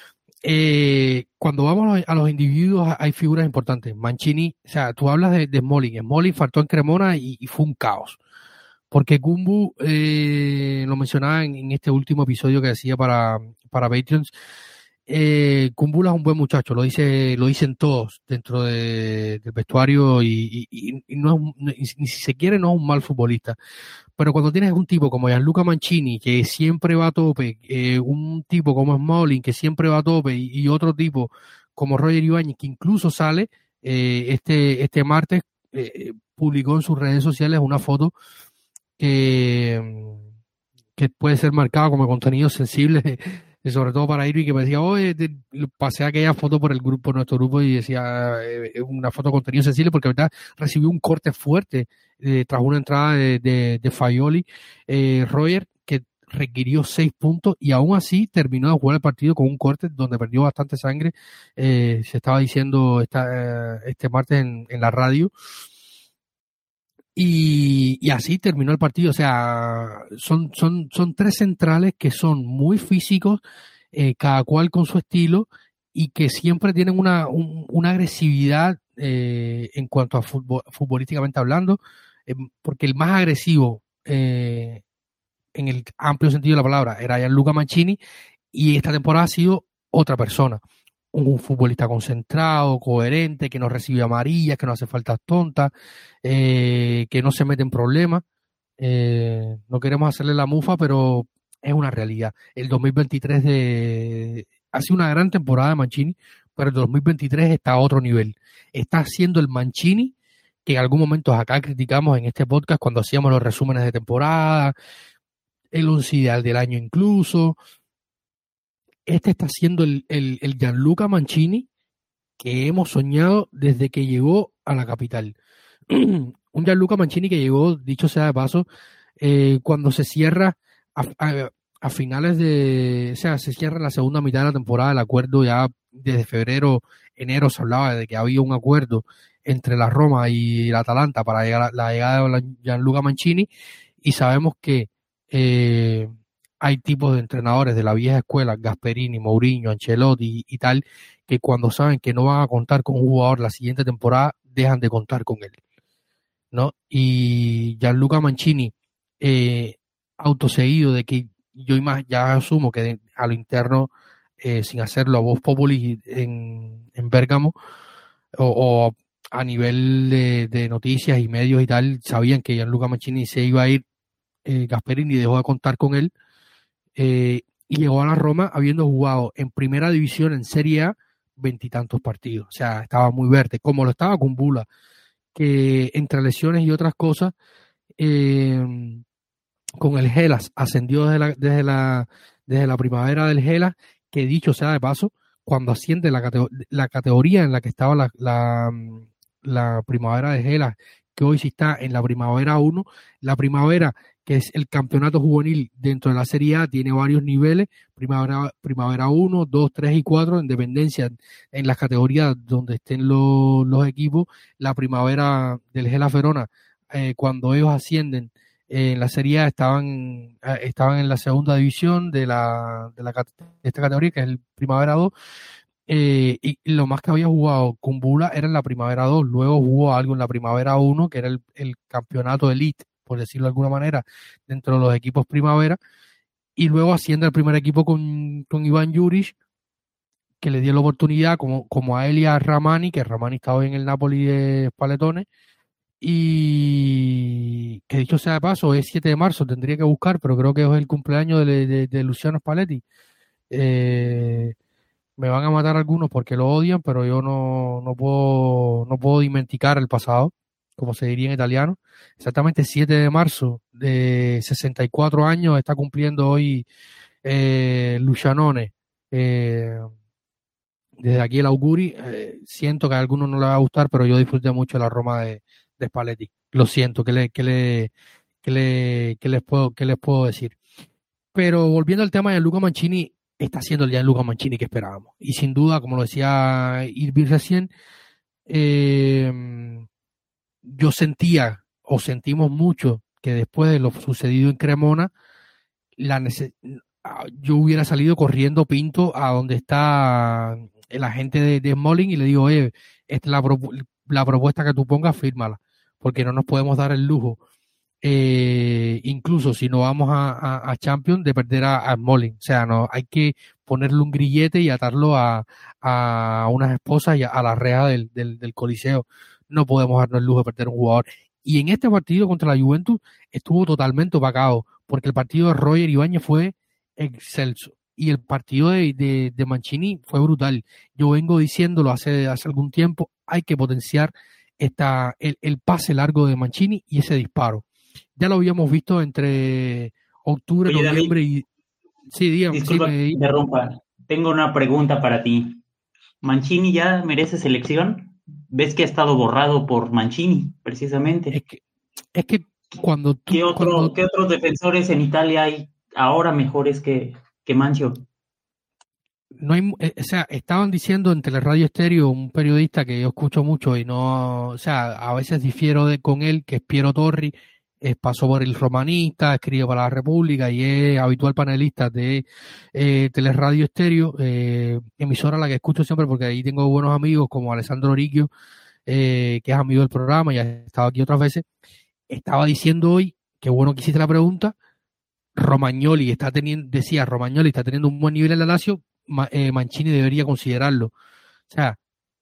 Eh, cuando vamos a los, a los individuos hay figuras importantes. Mancini, o sea, tú hablas de, de Smalling. Smalling faltó en Cremona y, y fue un caos. Porque Kumbu, eh, lo mencionaba en, en este último episodio que decía para, para Patreons, eh, Kumbula es un buen muchacho, lo dice, lo dicen todos dentro de, del vestuario y, y, y no es un, ni, ni si se quiere no es un mal futbolista. Pero cuando tienes un tipo como Gianluca Mancini, que siempre va a tope, eh, un tipo como Smalling, que siempre va a tope, y, y otro tipo como Roger Ibáñez, que incluso sale eh, este, este martes, eh, publicó en sus redes sociales una foto que, que puede ser marcada como contenido sensible, sobre todo para Irving, que me decía, oye, te, pasé aquella foto por el grupo, por nuestro grupo, y decía eh, una foto de contenido sensible, porque verdad recibió un corte fuerte eh, tras una entrada de, de, de Faioli, eh, Roger, que requirió seis puntos y aún así terminó de jugar el partido con un corte donde perdió bastante sangre, eh, se estaba diciendo esta, eh, este martes en, en la radio. Y, y así terminó el partido. O sea, son, son, son tres centrales que son muy físicos, eh, cada cual con su estilo, y que siempre tienen una, un, una agresividad eh, en cuanto a fútbol, futbolísticamente hablando, eh, porque el más agresivo, eh, en el amplio sentido de la palabra, era Gianluca Mancini, y esta temporada ha sido otra persona. Un futbolista concentrado, coherente, que no recibe amarillas, que no hace faltas tontas, eh, que no se mete en problemas. Eh, no queremos hacerle la mufa, pero es una realidad. El dos mil veintitrés de... ha sido una gran temporada de Mancini, pero el dos mil veintitrés está a otro nivel. Está haciendo el Mancini que en algún momento acá criticamos en este podcast cuando hacíamos los resúmenes de temporada, el once ideal del año incluso. Este está siendo el, el, el Gianluca Mancini que hemos soñado desde que llegó a la capital. Un Gianluca Mancini que llegó, dicho sea de paso, eh, cuando se cierra a, a, a finales de, o sea, se cierra la segunda mitad de la temporada, el acuerdo ya desde febrero, enero se hablaba de que había un acuerdo entre la Roma y la Atalanta para llegar a, la llegada de Gianluca Mancini, y sabemos que eh, hay tipos de entrenadores de la vieja escuela, Gasperini, Mourinho, Ancelotti y, y tal, que cuando saben que no van a contar con un jugador la siguiente temporada, dejan de contar con él, ¿no? Y Gianluca Mancini, eh, autoseguido de que yo ya asumo que de, a lo interno, eh, sin hacerlo a voz populi en, en Bérgamo, o, o a nivel de, de noticias y medios y tal, sabían que Gianluca Mancini se iba a ir, eh, Gasperini dejó de contar con él, eh, y llegó a la Roma habiendo jugado en primera división, en Serie A, veintitantos partidos. O sea, estaba muy verde, como lo estaba Kumbula, que entre lesiones y otras cosas, eh, con el Hellas ascendió desde la, desde la, desde la primavera del Hellas, que dicho sea de paso, cuando asciende la, categ- la categoría en la que estaba la, la, la primavera de Hellas, que hoy sí está en la primavera uno, la primavera, que es el campeonato juvenil dentro de la Serie A, tiene varios niveles, primavera, primavera uno, dos, tres y cuatro, en dependencia en las categorías donde estén los, los equipos. La primavera del Hellas Verona, eh, cuando ellos ascienden eh, en la Serie A, estaban, eh, estaban en la segunda división de, la, de, la, de esta categoría, que es el primavera dos, Eh, y lo más que había jugado Kumbula era en la Primavera dos, luego jugó algo en la Primavera uno, que era el, el campeonato elite, por decirlo de alguna manera, dentro de los equipos Primavera, y luego asciende al primer equipo con, con Iván Juric, que le dio la oportunidad, como, como a él y a Ramani, que Ramani estaba en el Napoli de Paletones, y que dicho sea de paso, es siete de marzo, tendría que buscar, pero creo que es el cumpleaños de, de, de Luciano Spalletti. Eh, me van a matar algunos porque lo odian, pero yo no, no puedo, no puedo dimenticar el pasado, como se diría en italiano. Exactamente siete de marzo, de sesenta y cuatro años, está cumpliendo hoy eh, Lucianone. Eh, desde aquí el auguri, eh, siento que a algunos no les va a gustar, pero yo disfruté mucho la Roma de, de Spalletti. Lo siento, ¿qué le, qué le, qué le, qué les puedo, qué les puedo decir? Pero volviendo al tema de Luca Mancini, está siendo el Gianluca Mancini que esperábamos. Y sin duda, como lo decía Irving recién, eh, yo sentía, o sentimos mucho, que después de lo sucedido en Cremona, la nece- yo hubiera salido corriendo Pinto a donde está el agente de, de Smalling y le digo, oye, esta es la, propu- la propuesta que tú pongas, fírmala, porque no nos podemos dar el lujo, eh, incluso si no vamos a, a, a Champions, de perder a, a Smalling. O sea, no hay que ponerle un grillete y atarlo a, a unas esposas y a, a la reja del, del, del Coliseo. No podemos darnos el lujo de perder un jugador. Y en este partido contra la Juventus estuvo totalmente opacado, porque el partido de Roger Ibáñez fue excelso y el partido de, de, de Mancini fue brutal. Yo vengo diciéndolo hace, hace algún tiempo, hay que potenciar esta, el, el pase largo de Mancini y ese disparo. Ya lo habíamos visto entre octubre, Oye, noviembre David, y... Sí, dígame, sí, disculpa que te me... interrumpa. Tengo una pregunta para ti. ¿Mancini ya merece selección? ¿Ves que ha estado borrado por Mancini, precisamente? Es que, es que cuando tú... ¿Qué otro, Cuando qué otros defensores en Italia hay ahora mejores que, que Mancio? no hay, eh, o sea, estaban diciendo en Teleradio Estéreo un periodista que yo escucho mucho y no, o sea, a veces difiero de, con él, que es Piero Torri, eh, pasó por el Romanista, escribe para la República y es habitual panelista de eh, Teleradio Estéreo, eh, emisora a la que escucho siempre porque ahí tengo buenos amigos como Alessandro Oricchio, eh, que es amigo del programa y ha estado aquí otras veces. Estaba diciendo hoy, qué bueno que hiciste la pregunta, Romagnoli está teniendo, decía Romagnoli está teniendo un buen nivel en la Lazio, Ma, eh, Mancini debería considerarlo. O sea,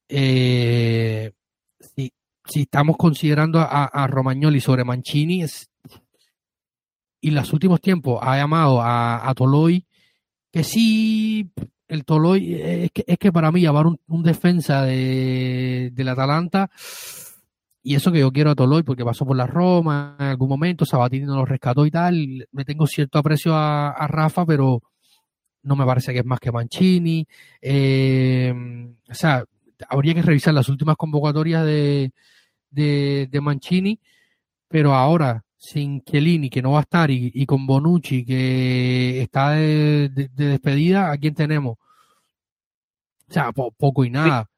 eh, si, si estamos considerando a, a Romagnoli sobre Mancini es, y en los últimos tiempos ha llamado a, a Toloi, que sí, el Toloi, es que, es que para mí llamar un, un defensa de, del Atalanta, y eso que yo quiero a Toloi porque pasó por la Roma en algún momento, Sabatini no lo rescató y tal, me tengo cierto aprecio a, a Rafa, pero no me parece que es más que Mancini. Eh, o sea, habría que revisar las últimas convocatorias de, de, de Mancini, pero ahora, sin Chiellini, que no va a estar, y, y con Bonucci, que está de, de, de despedida, ¿a quién tenemos? O sea, po, poco y nada.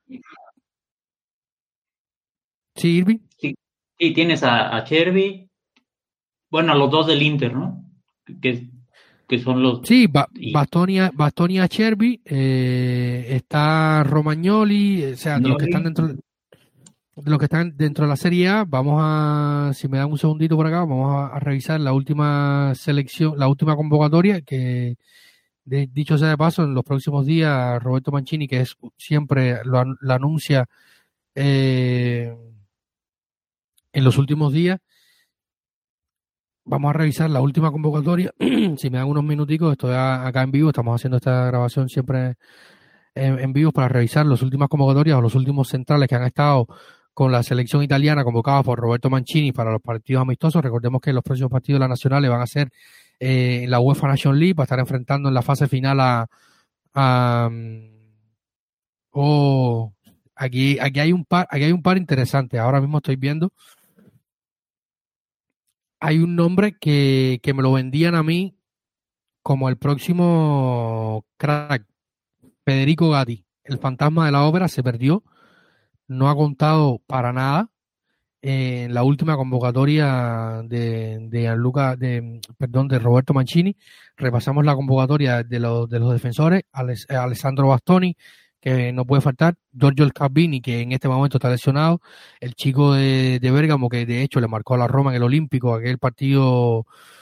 ¿Sí, Irving? Sí, sí, tienes a, a Chervi, bueno, a los dos del Inter, ¿no? Que, que son los... Sí, ba Y, Bastoni, Bastoni Acerbi, eh, está Romagnoli, o sea, de los que están dentro de los que están dentro de la Serie A, vamos a, si me dan un segundito por acá, vamos a, a revisar la última selección, la última convocatoria, que de, dicho sea de paso, en los próximos días Roberto Mancini, que es siempre lo, lo anuncia eh, en los últimos días, vamos a revisar la última convocatoria. Si me dan unos minuticos, estoy acá en vivo, estamos haciendo esta grabación siempre en, en vivo para revisar las últimas convocatorias o los últimos centrales que han estado con la selección italiana convocados por Roberto Mancini para los partidos amistosos. Recordemos que los próximos partidos de la Nacional van a ser eh, en la UEFA Nations League, va a estar enfrentando en la fase final a... a oh, aquí, aquí hay un par, aquí hay un par interesante. Ahora mismo estoy viendo. Hay un nombre que, que me lo vendían a mí como el próximo crack, Federico Gatti. El fantasma de la ópera se perdió, no ha contado para nada en la última convocatoria de, de Gianluca, de, perdón, de Roberto Mancini. Repasamos la convocatoria de los, de los defensores: Alessandro Bastoni, que no puede faltar, Giorgio Scalvini, que en este momento está lesionado, el chico de, de Bérgamo, que de hecho le marcó a la Roma en el Olímpico, aquel partido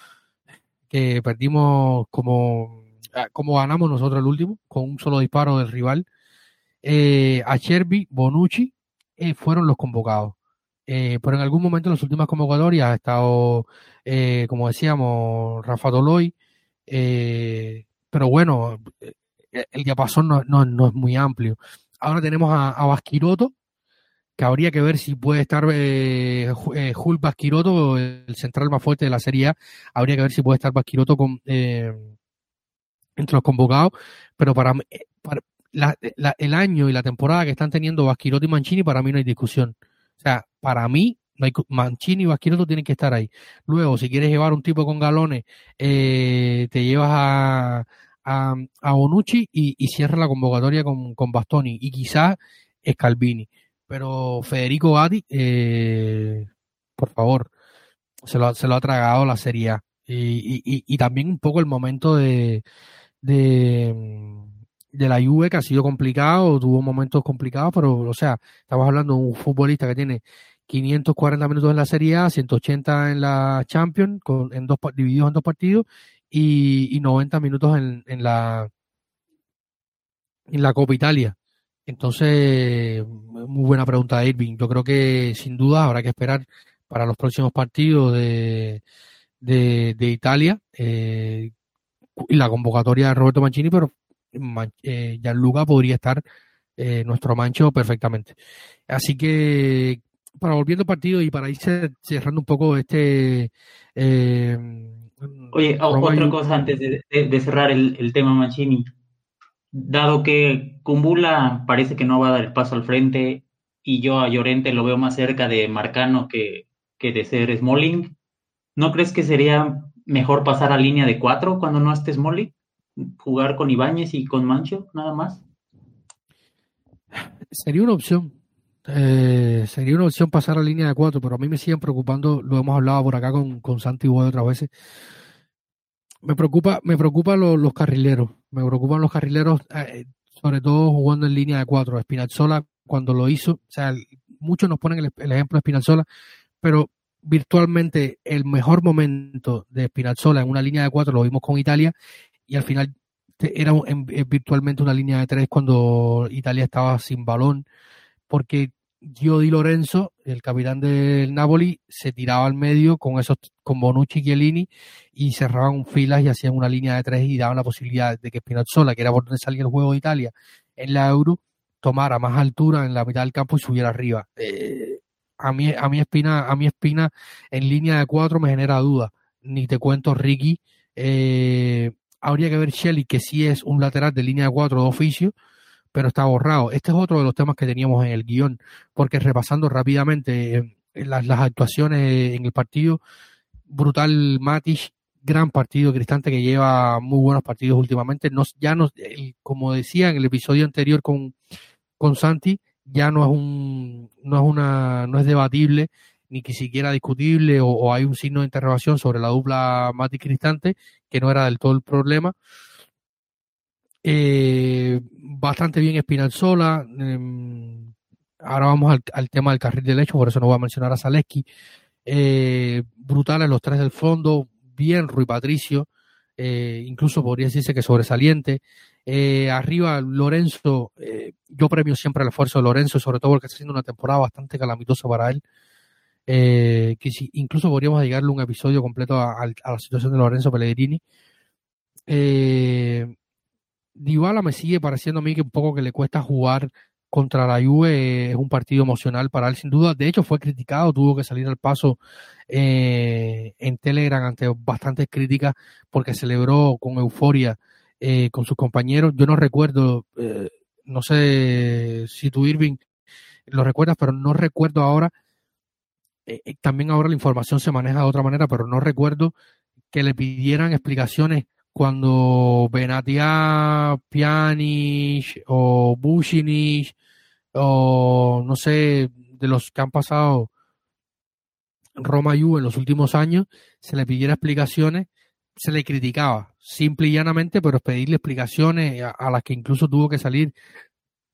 que perdimos como, como ganamos nosotros el último, con un solo disparo del rival. Eh, Acerbi, Bonucci eh, fueron los convocados. Eh, pero en algún momento en las últimas convocatorias ha estado, eh, como decíamos, Rafa Toloi, eh, pero bueno, el diapasón no, no, no es muy amplio. Ahora tenemos a, a Baschirotto, que habría que ver si puede estar eh, eh, Hulk Baschirotto, el central más fuerte de la Serie A, habría que ver si puede estar Baschirotto con, eh, entre los convocados, pero para, para la, la, el año y la temporada que están teniendo Baschirotto y Mancini, para mí no hay discusión. O sea, para mí, no hay, Mancini y Baschirotto tienen que estar ahí. Luego, si quieres llevar un tipo con galones, eh, te llevas a, a, a Bonucci y, y cierra la convocatoria con, con Bastoni y quizás Scalvini. Pero Federico Gatti, eh, por favor, se lo, se lo ha tragado la Serie A. Y, y, y también un poco el momento de, de, de la Juve, que ha sido complicado, tuvo momentos complicados, pero, o sea, estamos hablando de un futbolista que tiene quinientos cuarenta minutos en la Serie A, ciento ochenta en la Champions, con, en dos, divididos en dos partidos, y, y noventa minutos en, en la en la Copa Italia. Entonces, muy buena pregunta de Irving. Yo creo que sin duda habrá que esperar para los próximos partidos de, de, de Italia eh, y la convocatoria de Roberto Mancini, pero eh, Gianluca podría estar eh, nuestro Mancho perfectamente. Así que, para volviendo al partido y para ir cerrando un poco este... Eh, Oye, otra cosa antes de, de, de cerrar el, el tema Mancini. Dado que Kumbula parece que no va a dar el paso al frente y yo a Llorente lo veo más cerca de Marcano que, que de ser Smalling, ¿no crees que sería mejor pasar a línea de cuatro cuando no esté Smalling? ¿Jugar con Ibáñez y con Mancho, nada más? Sería una opción. Eh, sería una opción pasar a línea de cuatro, pero a mí me siguen preocupando, lo hemos hablado por acá con, con Santi Boy otras veces. Me preocupa, me preocupan los, los carrileros, me preocupan los carrileros, eh, sobre todo jugando en línea de cuatro. Spinazzola, cuando lo hizo, o sea, muchos nos ponen el, el ejemplo de Spinazzola, pero virtualmente el mejor momento de Spinazzola en una línea de cuatro lo vimos con Italia, y al final era en, en, virtualmente una línea de tres cuando Italia estaba sin balón, porque Gio Di Lorenzo, el capitán del Napoli, se tiraba al medio con esos, con Bonucci y Chiellini, y cerraban filas y hacían una línea de tres y daban la posibilidad de que Spinazzola, que era por donde salía el juego de Italia en la Euro, tomara más altura en la mitad del campo y subiera arriba. Eh, a mí, a mí Espina, a mí Espina en línea de cuatro me genera duda. Ni te cuento Ricky. Eh, habría que ver Shelly, que sí es un lateral de línea de cuatro de oficio, pero está borrado. Este es otro de los temas que teníamos en el guión, porque repasando rápidamente eh, las, las actuaciones en el partido, brutal Matic, gran partido, Cristante, que lleva muy buenos partidos últimamente. No, ya no, como decía en el episodio anterior con, con Santi, ya no es un, no es una, no es debatible, ni que siquiera discutible, o, o hay un signo de interrogación sobre la dupla Matic Cristante, que no era del todo el problema. Eh, bastante bien Spinazzola. Eh, ahora vamos al, al tema del carril derecho, por eso no voy a mencionar a Zalewski. Eh, brutales los tres del fondo, bien Rui Patricio, eh, incluso podría decirse que sobresaliente. Eh, arriba Lorenzo, eh, yo premio siempre el esfuerzo de Lorenzo, sobre todo porque está haciendo una temporada bastante calamitosa para él. Eh, que si, incluso podríamos dedicarle un episodio completo a, a, a la situación de Lorenzo Pellegrini. Eh, Dybala me sigue pareciendo a mí que un poco que le cuesta jugar contra la Juve, es un partido emocional para él sin duda. De hecho fue criticado, tuvo que salir al paso eh, en Telegram ante bastantes críticas porque celebró con euforia eh, con sus compañeros. Yo no recuerdo, eh, no sé si tú, Irving, lo recuerdas, pero no recuerdo ahora, eh, también ahora la información se maneja de otra manera, pero no recuerdo que le pidieran explicaciones cuando Benatia, Pjanic o Vucinic o no sé, de los que han pasado Roma-Juve en los últimos años, se le pidiera explicaciones, se le criticaba simple y llanamente, pero pedirle explicaciones a, a las que incluso tuvo que salir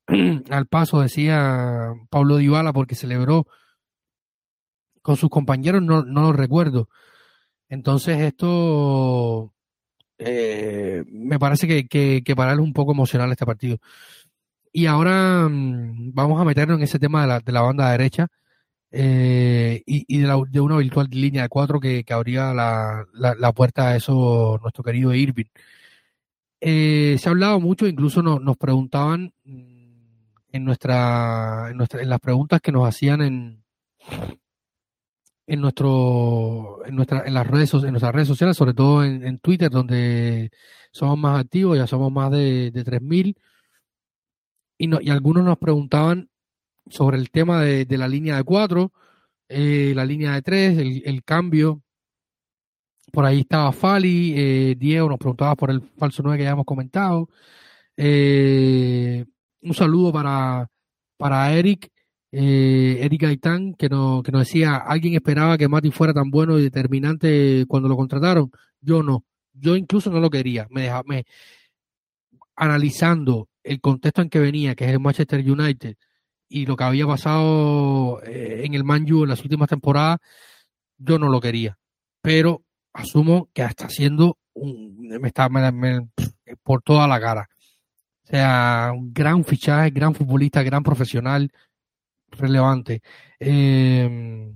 al paso, decía Pablo Dybala, porque celebró con sus compañeros, no, no lo recuerdo. Entonces esto eh, me parece que, que, que para él es un poco emocional este partido. Y ahora mmm, vamos a meternos en ese tema de la, de la banda derecha eh, y, y de, la, de una virtual línea de cuatro que, que abría la, la, la puerta a eso nuestro querido Irving. Eh, se ha hablado mucho, incluso nos, nos preguntaban en nuestra, en nuestra en las preguntas que nos hacían en en nuestro en nuestra en las redes en nuestras redes sociales, sobre todo en, en Twitter, donde somos más activos, ya somos más de, de tres mil, y, no, y algunos nos preguntaban sobre el tema de, de la línea de cuatro, eh, la línea de tres, el, el cambio. Por ahí estaba Fali, eh, Diego nos preguntaba por el falso nueve que ya hemos comentado. Eh, un saludo para, para Eric, eh, Eric Gaitán, que nos, que nos decía, ¿alguien esperaba que Mati fuera tan bueno y determinante cuando lo contrataron? Yo no, yo incluso no lo quería. Me deja, me, analizando el contexto en que venía, que es el Manchester United, y lo que había pasado eh, en el Man U en las últimas temporadas, yo no lo quería. Pero asumo que está haciendo un, me está me, me, por toda la cara. O sea, un gran fichaje, gran futbolista, gran profesional, relevante. Eh,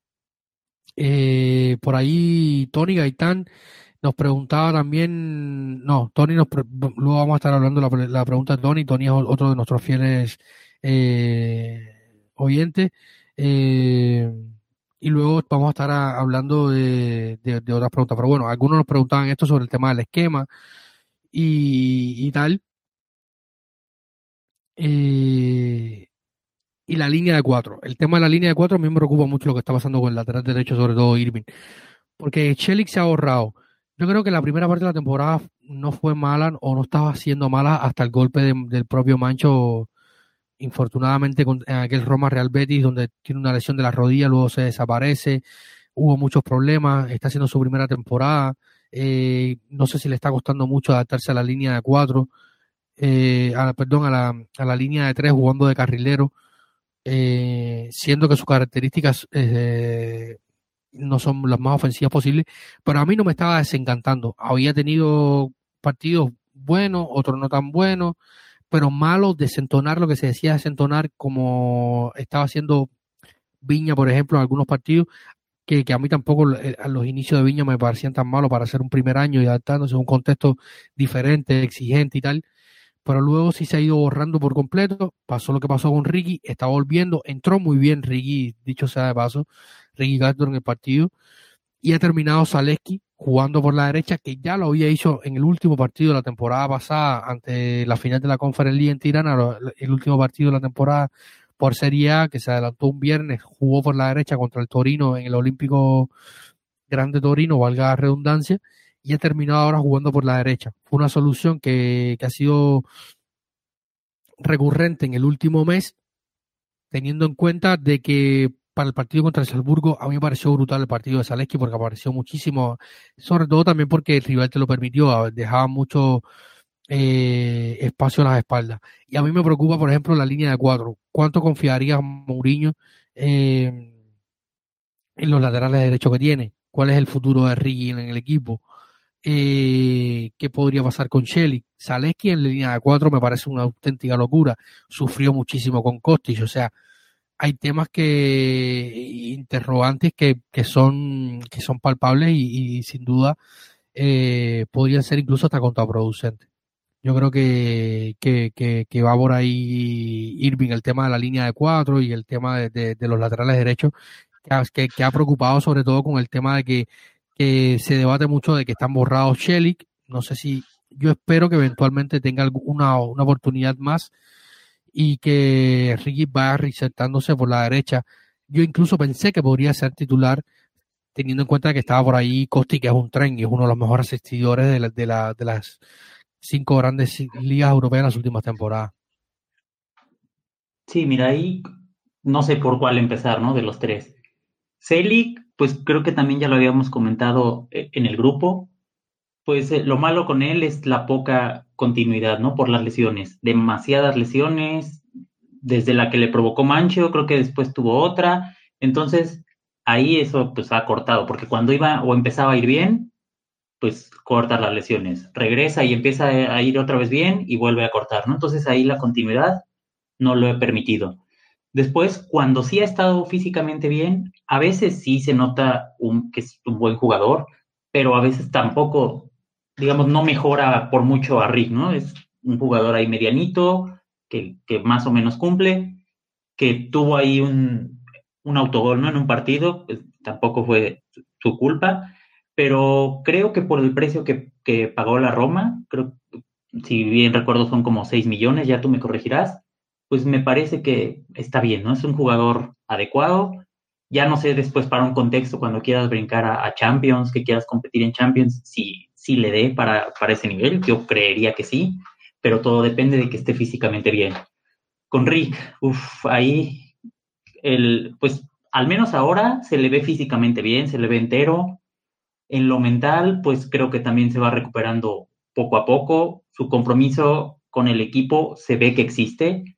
eh, por ahí Tony Gaitán nos preguntaba también, no, Tony, nos pre, luego vamos a estar hablando de la, la pregunta de Tony. Tony es otro de nuestros fieles eh, oyentes. Eh, y luego vamos a estar a, hablando de, de, de otras preguntas. Pero bueno, algunos nos preguntaban esto sobre el tema del esquema y, y tal. Eh, y la línea de cuatro. El tema de la línea de cuatro a mí me preocupa mucho lo que está pasando con el lateral derecho, sobre todo Irving. Porque Chelik se ha ahorrado. Yo creo que la primera parte de la temporada no fue mala o no estaba siendo mala hasta el golpe de, del propio Mancho, infortunadamente, con, en aquel Roma Real Betis, donde tiene una lesión de la rodilla, luego se desaparece. Hubo muchos problemas, está haciendo su primera temporada. Eh, no sé si le está costando mucho adaptarse a la línea de cuatro. Eh, a, perdón, a la, a la línea de tres jugando de carrilero, eh, siendo que sus características eh, no son las más ofensivas posibles, pero a mí no me estaba desencantando. Había tenido partidos buenos, otros no tan buenos, pero malos, desentonar lo que se decía desentonar, como estaba haciendo Viña, por ejemplo, en algunos partidos, que, que a mí tampoco a los inicios de Viña me parecían tan malos para hacer un primer año y adaptándose a un contexto diferente, exigente y tal. Pero luego sí se ha ido borrando por completo. Pasó lo que pasó con Ricky, está volviendo, entró muy bien Ricky, dicho sea de paso, Ricky Castro en el partido, y ha terminado Zalewski jugando por la derecha, que ya lo había hecho en el último partido de la temporada pasada, ante la final de la Conference League en Tirana, el último partido de la temporada por Serie A, que se adelantó un viernes, jugó por la derecha contra el Torino en el Olímpico Grande Torino, valga la redundancia, y ha terminado ahora jugando por la derecha. Fue una solución que, que ha sido recurrente en el último mes, teniendo en cuenta de que para el partido contra el Salzburgo a mí me pareció brutal el partido de Zalewski, porque apareció muchísimo, sobre todo también porque el rival te lo permitió, dejaba mucho eh, espacio a las espaldas. Y a mí me preocupa, por ejemplo, la línea de cuatro. ¿Cuánto confiaría Mourinho eh, en los laterales derechos que tiene? ¿Cuál es el futuro de Ricky en el equipo? Eh, ¿Qué podría pasar con Chelik? Zalewski en la línea de cuatro me parece una auténtica locura. Sufrió muchísimo con Kostic, o sea, hay temas que interrogantes que, que son que son palpables y, y sin duda eh, podrían ser incluso hasta contraproducentes. Yo creo que, que, que, que va por ahí Irving, el tema de la línea de cuatro y el tema de, de, de los laterales derechos, que ha, que, que ha preocupado sobre todo con el tema de que, que se debate mucho de que están borrados Chelik. No sé si, yo espero que eventualmente tenga una, una oportunidad más y que Ricky vaya reinsertándose por la derecha. Yo incluso pensé que podría ser titular, teniendo en cuenta que estaba por ahí Kostic, que es un tren y es uno de los mejores asistidores de, la, de, la, de las cinco grandes ligas europeas en las últimas temporadas. Sí, mira, ahí no sé por cuál empezar, ¿no? De los tres. Celik, pues creo que también ya lo habíamos comentado en el grupo. Pues eh, lo malo con él es la poca continuidad, ¿no? Por las lesiones, demasiadas lesiones, desde la que le provocó Mancho, creo que después tuvo otra, entonces ahí eso pues ha cortado, porque cuando iba o empezaba a ir bien, pues corta las lesiones, regresa y empieza a ir otra vez bien y vuelve a cortar, ¿no? Entonces ahí la continuidad no lo he permitido. Después, cuando sí ha estado físicamente bien, a veces sí se nota un, que es un buen jugador, pero a veces tampoco, digamos, no mejora por mucho a Rick, ¿no? Es un jugador ahí medianito, que, que más o menos cumple, que tuvo ahí un, un autogol, ¿no? En un partido, pues, tampoco fue su culpa, pero creo que por el precio que, que pagó la Roma, creo, si bien recuerdo son como seis millones, ya tú me corregirás, pues me parece que está bien, ¿no? Es un jugador adecuado. Ya no sé después para un contexto, cuando quieras brincar a, a Champions, que quieras competir en Champions, si, si le dé para, para ese nivel, yo creería que sí, pero todo depende de que esté físicamente bien. Con Rick, uff, ahí, el, pues al menos ahora se le ve físicamente bien, se le ve entero. En lo mental, pues creo que también se va recuperando poco a poco. Su compromiso con el equipo se ve que existe.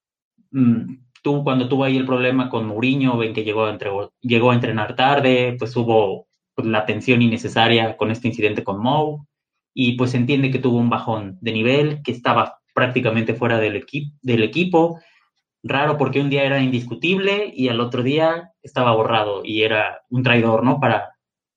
Mm, tú, cuando tuvo ahí el problema con Mourinho, ven que llegó a, entre, llegó a entrenar tarde, pues hubo pues, la tensión innecesaria con este incidente con Mou, y pues se entiende que tuvo un bajón de nivel, que estaba prácticamente fuera del, equi del equipo. Raro porque un día era indiscutible y al otro día estaba borrado y era un traidor, ¿no? Para,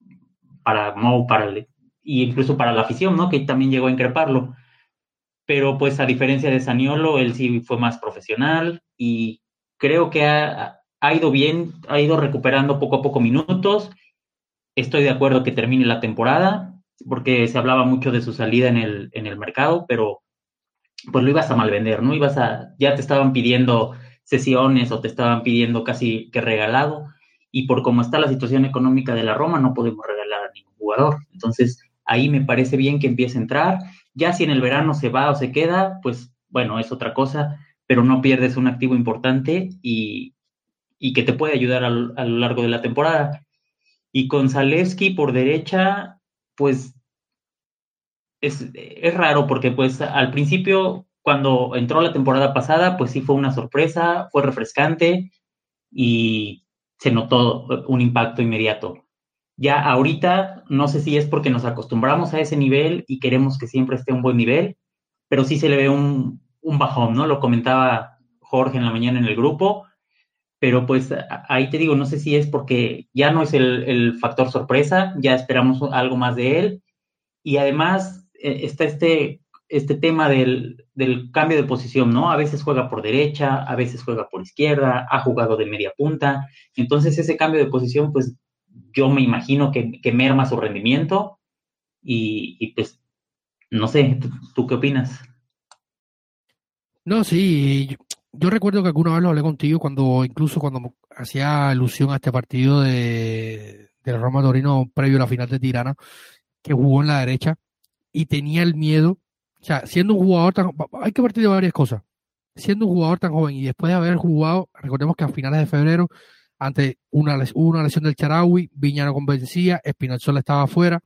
para Mou, para el, y incluso para la afición, ¿no? Que también llegó a increparlo. Pero pues a diferencia de Zaniolo, él sí fue más profesional y creo que ha, ha ido bien, ha ido recuperando poco a poco minutos. Estoy de acuerdo que termine la temporada, porque se hablaba mucho de su salida en el, en el mercado, pero pues lo ibas a malvender, ¿no? Ibas a, ya te estaban pidiendo sesiones o te estaban pidiendo casi que regalado, y por cómo está la situación económica de la Roma, no podemos regalar a ningún jugador. Entonces, ahí me parece bien que empiece a entrar. Ya si en el verano se va o se queda, pues bueno, es otra cosa, pero no pierdes un activo importante y, y que te puede ayudar a, a lo largo de la temporada. Y con Zalewski por derecha, pues es, es raro porque pues al principio, cuando entró la temporada pasada, pues sí fue una sorpresa, fue refrescante y se notó un impacto inmediato. Ya ahorita, no sé si es porque nos acostumbramos a ese nivel y queremos que siempre esté a un buen nivel, pero sí se le ve un, un bajón, ¿no? Lo comentaba Jorge en la mañana en el grupo, pero pues ahí te digo, no sé si es porque ya no es el, el factor sorpresa, ya esperamos algo más de él, y además eh, está este, este tema del, del cambio de posición, ¿no? A veces juega por derecha, a veces juega por izquierda, ha jugado de media punta, entonces ese cambio de posición, pues yo me imagino que, que merma su rendimiento y, y pues no sé, ¿tú, ¿tú qué opinas? No, sí, yo, yo recuerdo que alguna vez lo hablé contigo cuando, incluso cuando hacía alusión a este partido de, de Roma Torino previo a la final de Tirana, que jugó en la derecha y tenía el miedo, o sea, siendo un jugador tan, hay que partir de varias cosas, siendo un jugador tan joven y después de haber jugado, recordemos que a finales de febrero, ante una, una lesión del Shaarawy, Viña no convencía, Spinazzola estaba afuera,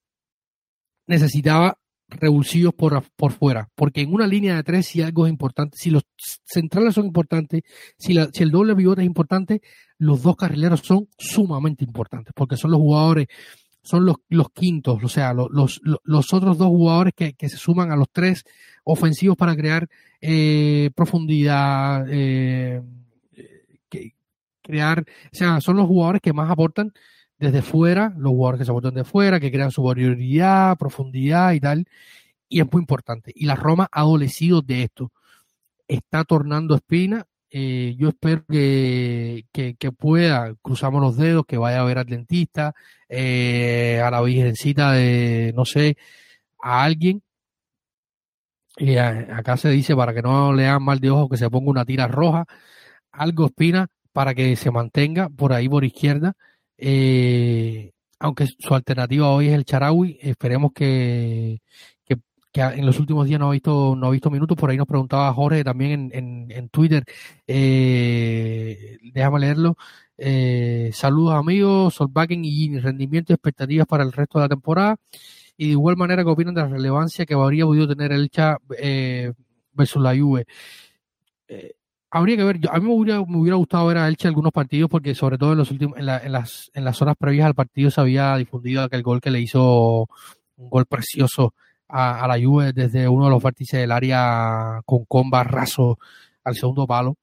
necesitaba revulsivos por, por fuera, porque en una línea de tres, si algo es importante, si los centrales son importantes, si, la, si el doble pivote es importante, los dos carrileros son sumamente importantes, porque son los jugadores, son los, los quintos, o sea, los, los, los otros dos jugadores que, que se suman a los tres ofensivos para crear eh, profundidad, eh, que, crear, o sea, son los jugadores que más aportan desde fuera, los jugadores que se aportan de fuera, que crean superioridad, profundidad y tal, y es muy importante. Y la Roma ha adolecido de esto. Está tornando espina. Eh, yo espero que, que, que pueda, cruzamos los dedos, que vaya a ver al dentista, eh, a la virgencita de, no sé, a alguien. Eh, acá se dice, para que no le hagan mal de ojo, que se ponga una tira roja, algo espina, para que se mantenga por ahí por izquierda. Eh, aunque su alternativa hoy es el Shaarawy, esperemos que, que, que en los últimos días no ha visto no ha visto minutos. Por ahí nos preguntaba Jorge también en, en, en Twitter, eh, déjame leerlo. Eh, saludos amigos, Solbakken y Gini, rendimiento y expectativas para el resto de la temporada. y de igual manera qué opinan de la relevancia que habría podido tener el Elche eh, versus la Juve. Eh, habría que ver, yo, a mí me hubiera, me hubiera gustado ver a Elche algunos partidos porque sobre todo en los últimos, en, la, en las en las horas previas al partido se había difundido aquel gol que le hizo, un gol precioso a, a la Juve desde uno de los vértices del área con comba raso al segundo palo.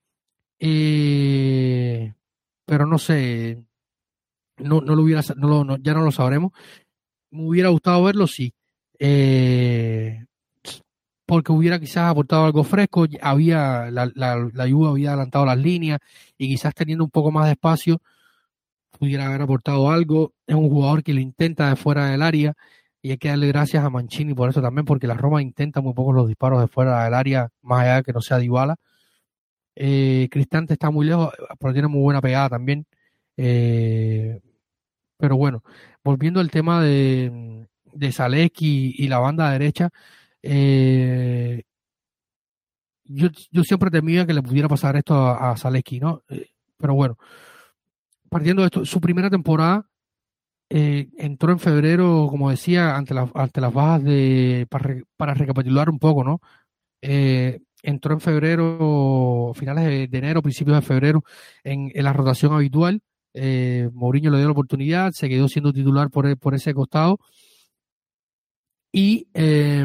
Eh, pero no sé, no, no lo hubiera, no lo, no, ya no lo sabremos. Me hubiera gustado verlo, sí. Eh, porque hubiera quizás aportado algo fresco, había la, la, la Juve había adelantado las líneas y quizás teniendo un poco más de espacio pudiera haber aportado algo. Es un jugador que lo intenta de fuera del área y hay que darle gracias a Mancini por eso también, porque la Roma intenta muy poco los disparos de fuera del área, más allá de que no sea Dybala. Eh, Cristante está muy lejos, pero tiene muy buena pegada también. Eh, pero bueno, volviendo al tema de, de Zalewski y, y la banda derecha, eh, yo, yo siempre temía que le pudiera pasar esto a, a Zalewski, ¿no? Eh, pero bueno, partiendo de esto, su primera temporada eh, entró en febrero, como decía, ante, la, ante las bajas de, para, re, para recapitular un poco, ¿no? Eh, entró en febrero, finales de, de enero, principios de febrero, en, en la rotación habitual. Eh, Mourinho le dio la oportunidad, se quedó siendo titular por, por ese costado y eh,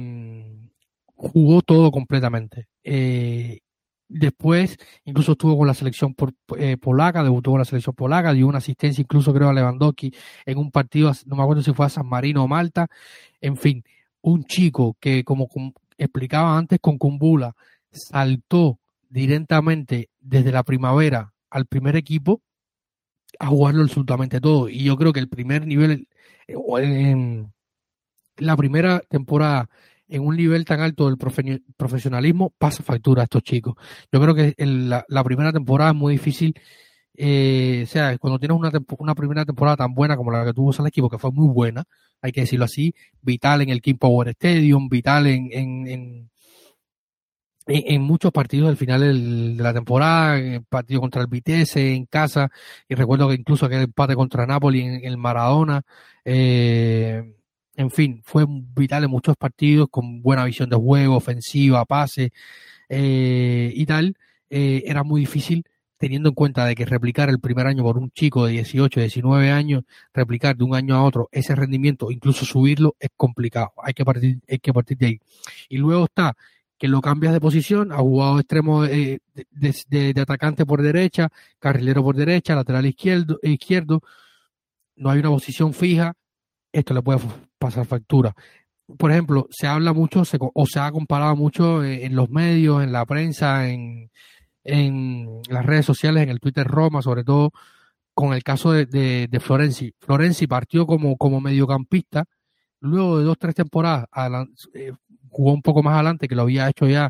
jugó todo completamente. Eh, después, incluso estuvo con la selección por, eh, polaca, debutó con la selección polaca, dio una asistencia incluso creo a Lewandowski en un partido, no me acuerdo si fue a San Marino o Malta. En fin, un chico que, como, como explicaba antes con Kumbula, saltó directamente desde la primavera al primer equipo a jugarlo absolutamente todo. Y yo creo que el primer nivel, en la primera temporada en un nivel tan alto del profe profesionalismo, pasa factura a estos chicos. Yo creo que en la, la primera temporada es muy difícil, eh, o sea, cuando tienes una, una primera temporada tan buena como la que tuvo Zalewski, porque fue muy buena, hay que decirlo así, vital en el King Power Stadium, vital en, en, en En, en muchos partidos del final del, de la temporada, en el partido contra el Vitesse en casa, y recuerdo que incluso aquel empate contra Napoli en, en el Maradona, eh, en fin, fue vital en muchos partidos, con buena visión de juego, ofensiva, pase eh, y tal. Eh, era muy difícil, teniendo en cuenta de que replicar el primer año por un chico de dieciocho, diecinueve años, replicar de un año a otro ese rendimiento, incluso subirlo, es complicado, hay que partir, hay que partir de ahí. Y luego está que lo cambias de posición, ha jugado extremo eh, de, de, de atacante por derecha, carrilero por derecha, lateral izquierdo, izquierdo, no hay una posición fija, esto le puede pasar factura. Por ejemplo, se habla mucho se, o se ha comparado mucho en los medios, en la prensa, en, en las redes sociales, en el Twitter Roma, sobre todo con el caso de, de, de Florenzi. Florenzi partió como, como mediocampista, luego de dos, tres temporadas, eh, jugó un poco más adelante, que lo había hecho ya,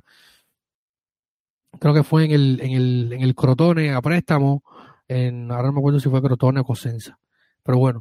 creo que fue en el, en el, en el Crotone a préstamo, en, ahora no me acuerdo si fue Crotone o Cosenza, pero bueno,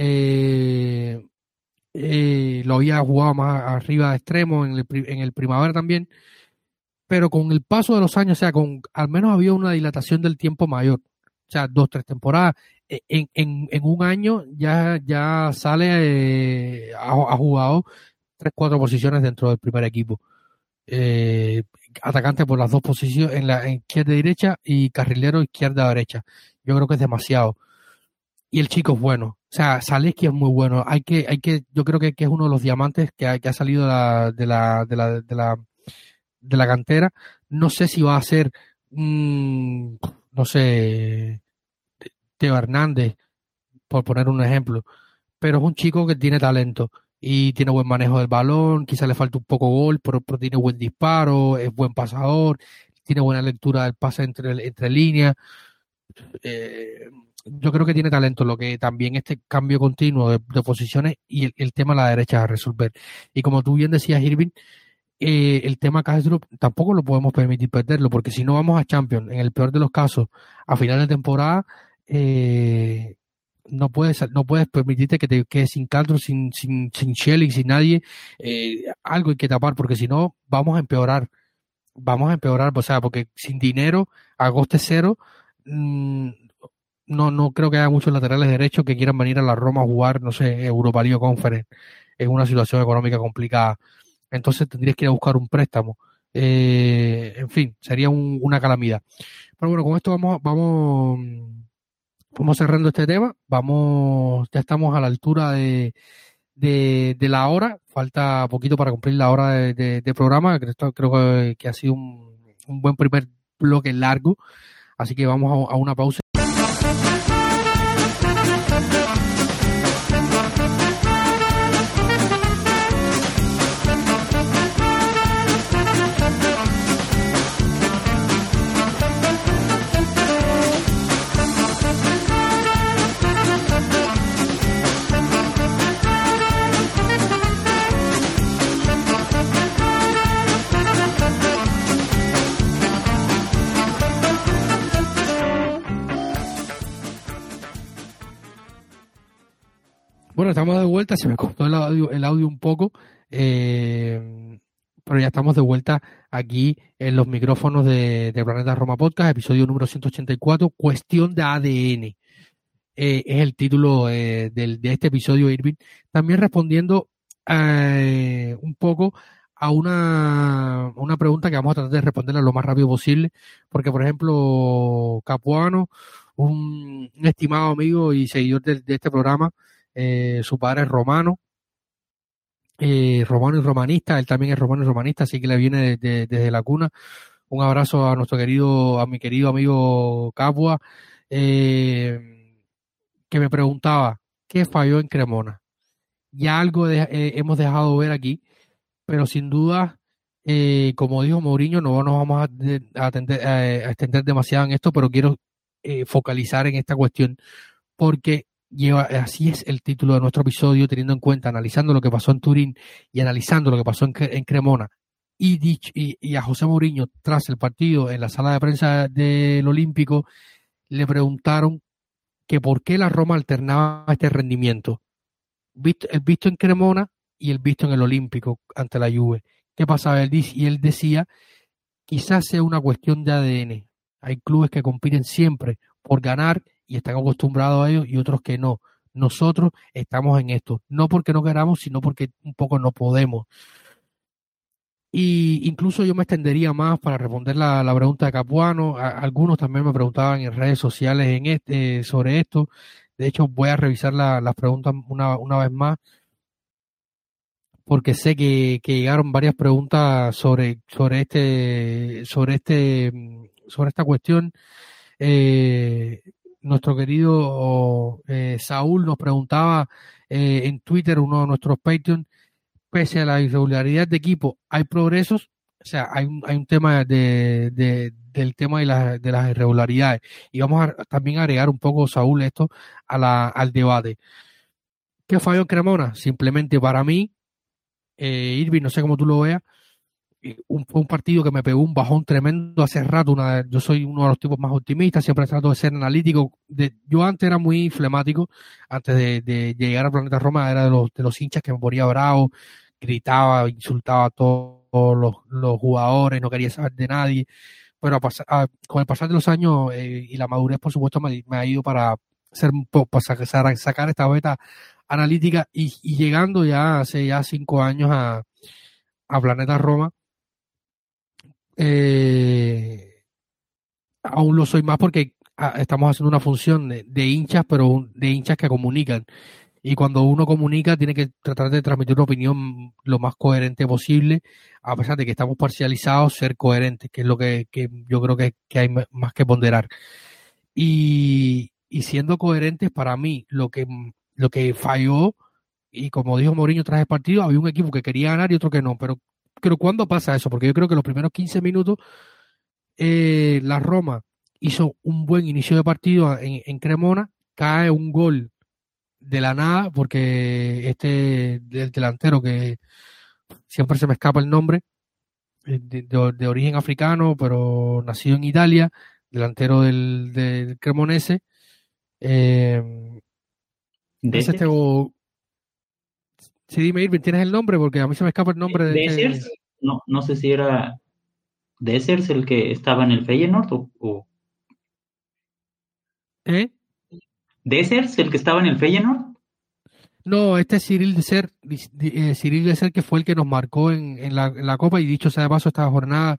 eh, eh, lo había jugado más arriba de extremo, en el, en el Primavera también, pero con el paso de los años, o sea, con al menos había una dilatación del tiempo mayor, o sea, dos, tres temporadas, en, en, en un año ya, ya sale, eh, ha, ha jugado tres, cuatro posiciones dentro del primer equipo. Eh, atacante por las dos posiciones, en la en izquierda y derecha, y carrilero izquierda derecha. Yo creo que es demasiado. Y el chico es bueno. O sea, Zalewski es muy bueno. Hay que, hay que, yo creo que, que es uno de los diamantes que ha, que ha salido de la, de la, de la, de la, de la cantera. No sé si va a ser, mmm, no sé, Teo Hernández, por poner un ejemplo. Pero es un chico que tiene talento y tiene buen manejo del balón, quizá le falta un poco gol, pero, pero tiene buen disparo, es buen pasador, tiene buena lectura del pase entre, entre líneas. Eh, yo creo que tiene talento, lo que también este cambio continuo de, de posiciones y el, el tema a la derecha a resolver. Y como tú bien decías, Irving, eh, el tema Kastrup tampoco lo podemos permitir perderlo, porque si no vamos a Champions, en el peor de los casos, a final de temporada, eh, no puedes no puedes permitirte que te quedes sin Castro, sin sin sin Shelly, sin nadie, eh, algo hay que tapar, porque si no vamos a empeorar, vamos a empeorar, o sea, porque sin dinero, a coste cero, mmm, no no creo que haya muchos laterales derechos que quieran venir a la Roma a jugar, no sé, Europa League Conference, en una situación económica complicada. Entonces tendrías que ir a buscar un préstamo. Eh, en fin, sería un, una calamidad. Pero bueno, con esto vamos, vamos, vamos cerrando este tema. Vamos, ya estamos a la altura de, de, de la hora. Falta poquito para cumplir la hora de, de, de programa. Creo, creo que, que ha sido un, un buen primer bloque largo. Así que vamos a, a una pausa. Bueno, estamos de vuelta, se me cortó el audio, el audio un poco, eh, pero ya estamos de vuelta aquí en los micrófonos de, de Planeta Roma Podcast, episodio número ciento ochenta y cuatro, Cuestión de A D N. Eh, es el título eh, del, de este episodio, Irving. También respondiendo eh, un poco a una, una pregunta que vamos a tratar de responderla lo más rápido posible, porque, por ejemplo, Capuano, un, un estimado amigo y seguidor de, de este programa, Eh, su padre es romano, eh, romano y romanista, él también es romano y romanista, así que le viene de, de, desde la cuna. Un abrazo a nuestro querido, a mi querido amigo Capua, eh, que me preguntaba, ¿qué falló en Cremona? Ya algo de, eh, hemos dejado ver aquí, pero sin duda, eh, como dijo Mourinho, no nos vamos a, a, atender, a, a extender demasiado en esto, pero quiero eh, focalizar en esta cuestión, porque lleva, así es el título de nuestro episodio, teniendo en cuenta, analizando lo que pasó en Turín y analizando lo que pasó en, en Cremona y, dicho, y, y a José Mourinho tras el partido en la sala de prensa del Olímpico le preguntaron que por qué la Roma alternaba este rendimiento, visto, el visto en Cremona y el visto en el Olímpico ante la Juve. ¿Qué pasaba? Él dice, y él decía, quizás sea una cuestión de A D N. Hay clubes que compiten siempre por ganar y están acostumbrados a ello y otros que no. Nosotros estamos en esto, no porque no queramos, sino porque un poco no podemos. Y incluso yo me extendería más para responder la, la pregunta de Capuano. A, algunos también me preguntaban en redes sociales en este, sobre esto. De hecho, voy a revisar la, las preguntas una, una vez más, porque sé que, que llegaron varias preguntas sobre, sobre este, sobre este, sobre esta cuestión. Eh, nuestro querido eh, Saúl nos preguntaba eh, en Twitter, uno de nuestros Patreon, pese a la irregularidad de equipo, ¿hay progresos? O sea, hay un, hay un tema de, de, del tema de, la, de las irregularidades. Y vamos a también a agregar un poco, Saúl, esto a la, al debate. ¿Qué falló en Cremona? Simplemente para mí, eh, Irving, no sé cómo tú lo veas, Un, un partido que me pegó un bajón tremendo hace rato. Una, yo soy uno de los tipos más optimistas, siempre trato de ser analítico. De, yo antes era muy flemático, antes de, de llegar al Planeta Roma era de los, de los hinchas que me ponía bravo, gritaba, insultaba a todos los, los jugadores, no quería saber de nadie. Pero a pasar, a, con el pasar de los años eh, y la madurez, por supuesto, me, me ha ido para, ser, para sacar, sacar esta beta analítica y, y llegando ya hace ya cinco años a, a Planeta Roma. Eh, aún lo soy más porque ah, estamos haciendo una función de, de hinchas, pero de hinchas que comunican. Y cuando uno comunica, tiene que tratar de transmitir una opinión lo más coherente posible, a pesar de que estamos parcializados, ser coherentes, que es lo que, que yo creo que, que hay más que ponderar. Y, y siendo coherentes, para mí, lo que, lo que falló, y como dijo Mourinho tras el partido, había un equipo que quería ganar y otro que no, pero pero ¿cuándo pasa eso? Porque yo creo que los primeros quince minutos eh, la Roma hizo un buen inicio de partido en, en Cremona, cae un gol de la nada, porque este del delantero que siempre se me escapa el nombre, de, de, de origen africano, pero nacido en Italia, delantero del, del Cremonese, eh, ¿De es este o sí, dime, Irving, ¿tienes el nombre? Porque a mí se me escapa el nombre de Dessers, este... no, no sé si era Dessers el que estaba en el Feyenoord o, o... ¿Eh? ¿Dessers el que estaba en el Feyenoord? No, este es Cyril Dessert, eh, Cyril Dessert, que fue el que nos marcó en, en, la, en la Copa, y dicho sea de paso, esta jornada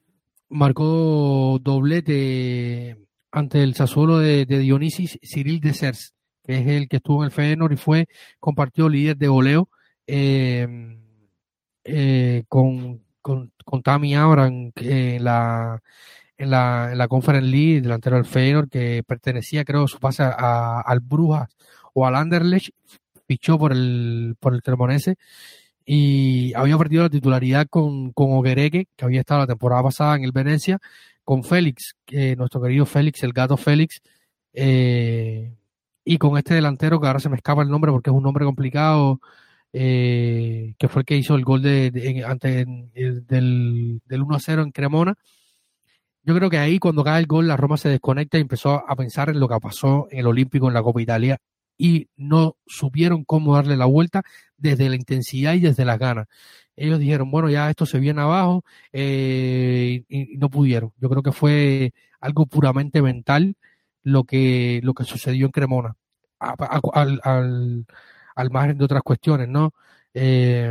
marcó doblete ante el Sassuolo de, de Dionisis. Cyril Dessert, que es el que estuvo en el Feyenoord y fue, compartió líder de goleo eh, eh, con, con, con Tammy Abraham en la en la, en la Conference League, delantero del Feyenoord, que pertenecía, creo, su pase a, al Brujas o al Anderlecht, fichó por el, por el Cremonese, y había perdido la titularidad con, con Okereke, que había estado la temporada pasada en el Venecia, con Félix, eh, nuestro querido Félix, el gato Félix, eh, y con este delantero, que ahora se me escapa el nombre porque es un nombre complicado, eh, que fue el que hizo el gol de, de, de ante, del, del uno a cero en Cremona. Yo creo que ahí, cuando cae el gol, la Roma se desconecta y empezó a pensar en lo que pasó en el Olímpico, en la Copa Italia, y no supieron cómo darle la vuelta desde la intensidad y desde las ganas. Ellos dijeron, bueno, ya esto se viene abajo, eh, y, y no pudieron. Yo creo que fue algo puramente mental lo que, lo que sucedió en Cremona, a, a, al, al, al margen de otras cuestiones, ¿no? Eh,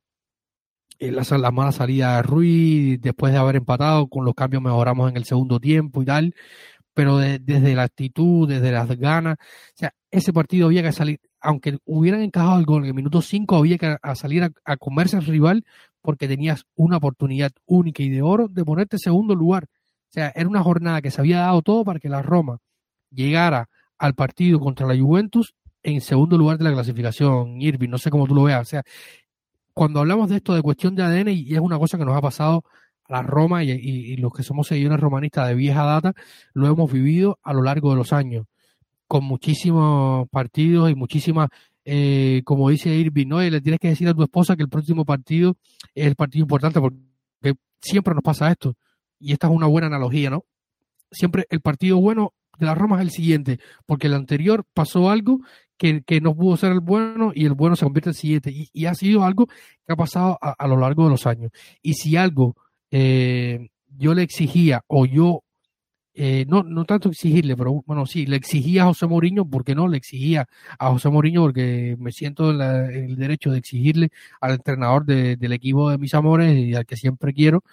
La, la mala salida de Ruiz, después de haber empatado, con los cambios mejoramos en el segundo tiempo y tal, pero de, desde la actitud, desde las ganas, o sea, ese partido había que salir, aunque hubieran encajado el gol en el minuto cinco, había que a salir a, a comerse al rival, porque tenías una oportunidad única y de oro de ponerte en segundo lugar. O sea, era una jornada que se había dado todo para que la Roma llegara al partido contra la Juventus en segundo lugar de la clasificación. Irving, no sé cómo tú lo veas, o sea, cuando hablamos de esto de cuestión de A D N, y es una cosa que nos ha pasado a la Roma, y, y, y los que somos seguidores romanistas de vieja data, lo hemos vivido a lo largo de los años, con muchísimos partidos y muchísimas, eh, como dice Irving, ¿no? Y le tienes que decir a tu esposa que el próximo partido es el partido importante, porque siempre nos pasa esto, y esta es una buena analogía, ¿no? Siempre el partido bueno de la Roma es el siguiente, porque el anterior pasó algo que, que no pudo ser el bueno, y el bueno se convierte en el siguiente, y, y ha sido algo que ha pasado a, a lo largo de los años. Y si algo eh, yo le exigía, o yo, eh, no, no tanto exigirle, pero bueno, sí, le exigía a José Mourinho, porque no, le exigía a José Mourinho, porque me siento en, la, en el derecho de exigirle al entrenador de, del equipo de mis amores y al que siempre quiero.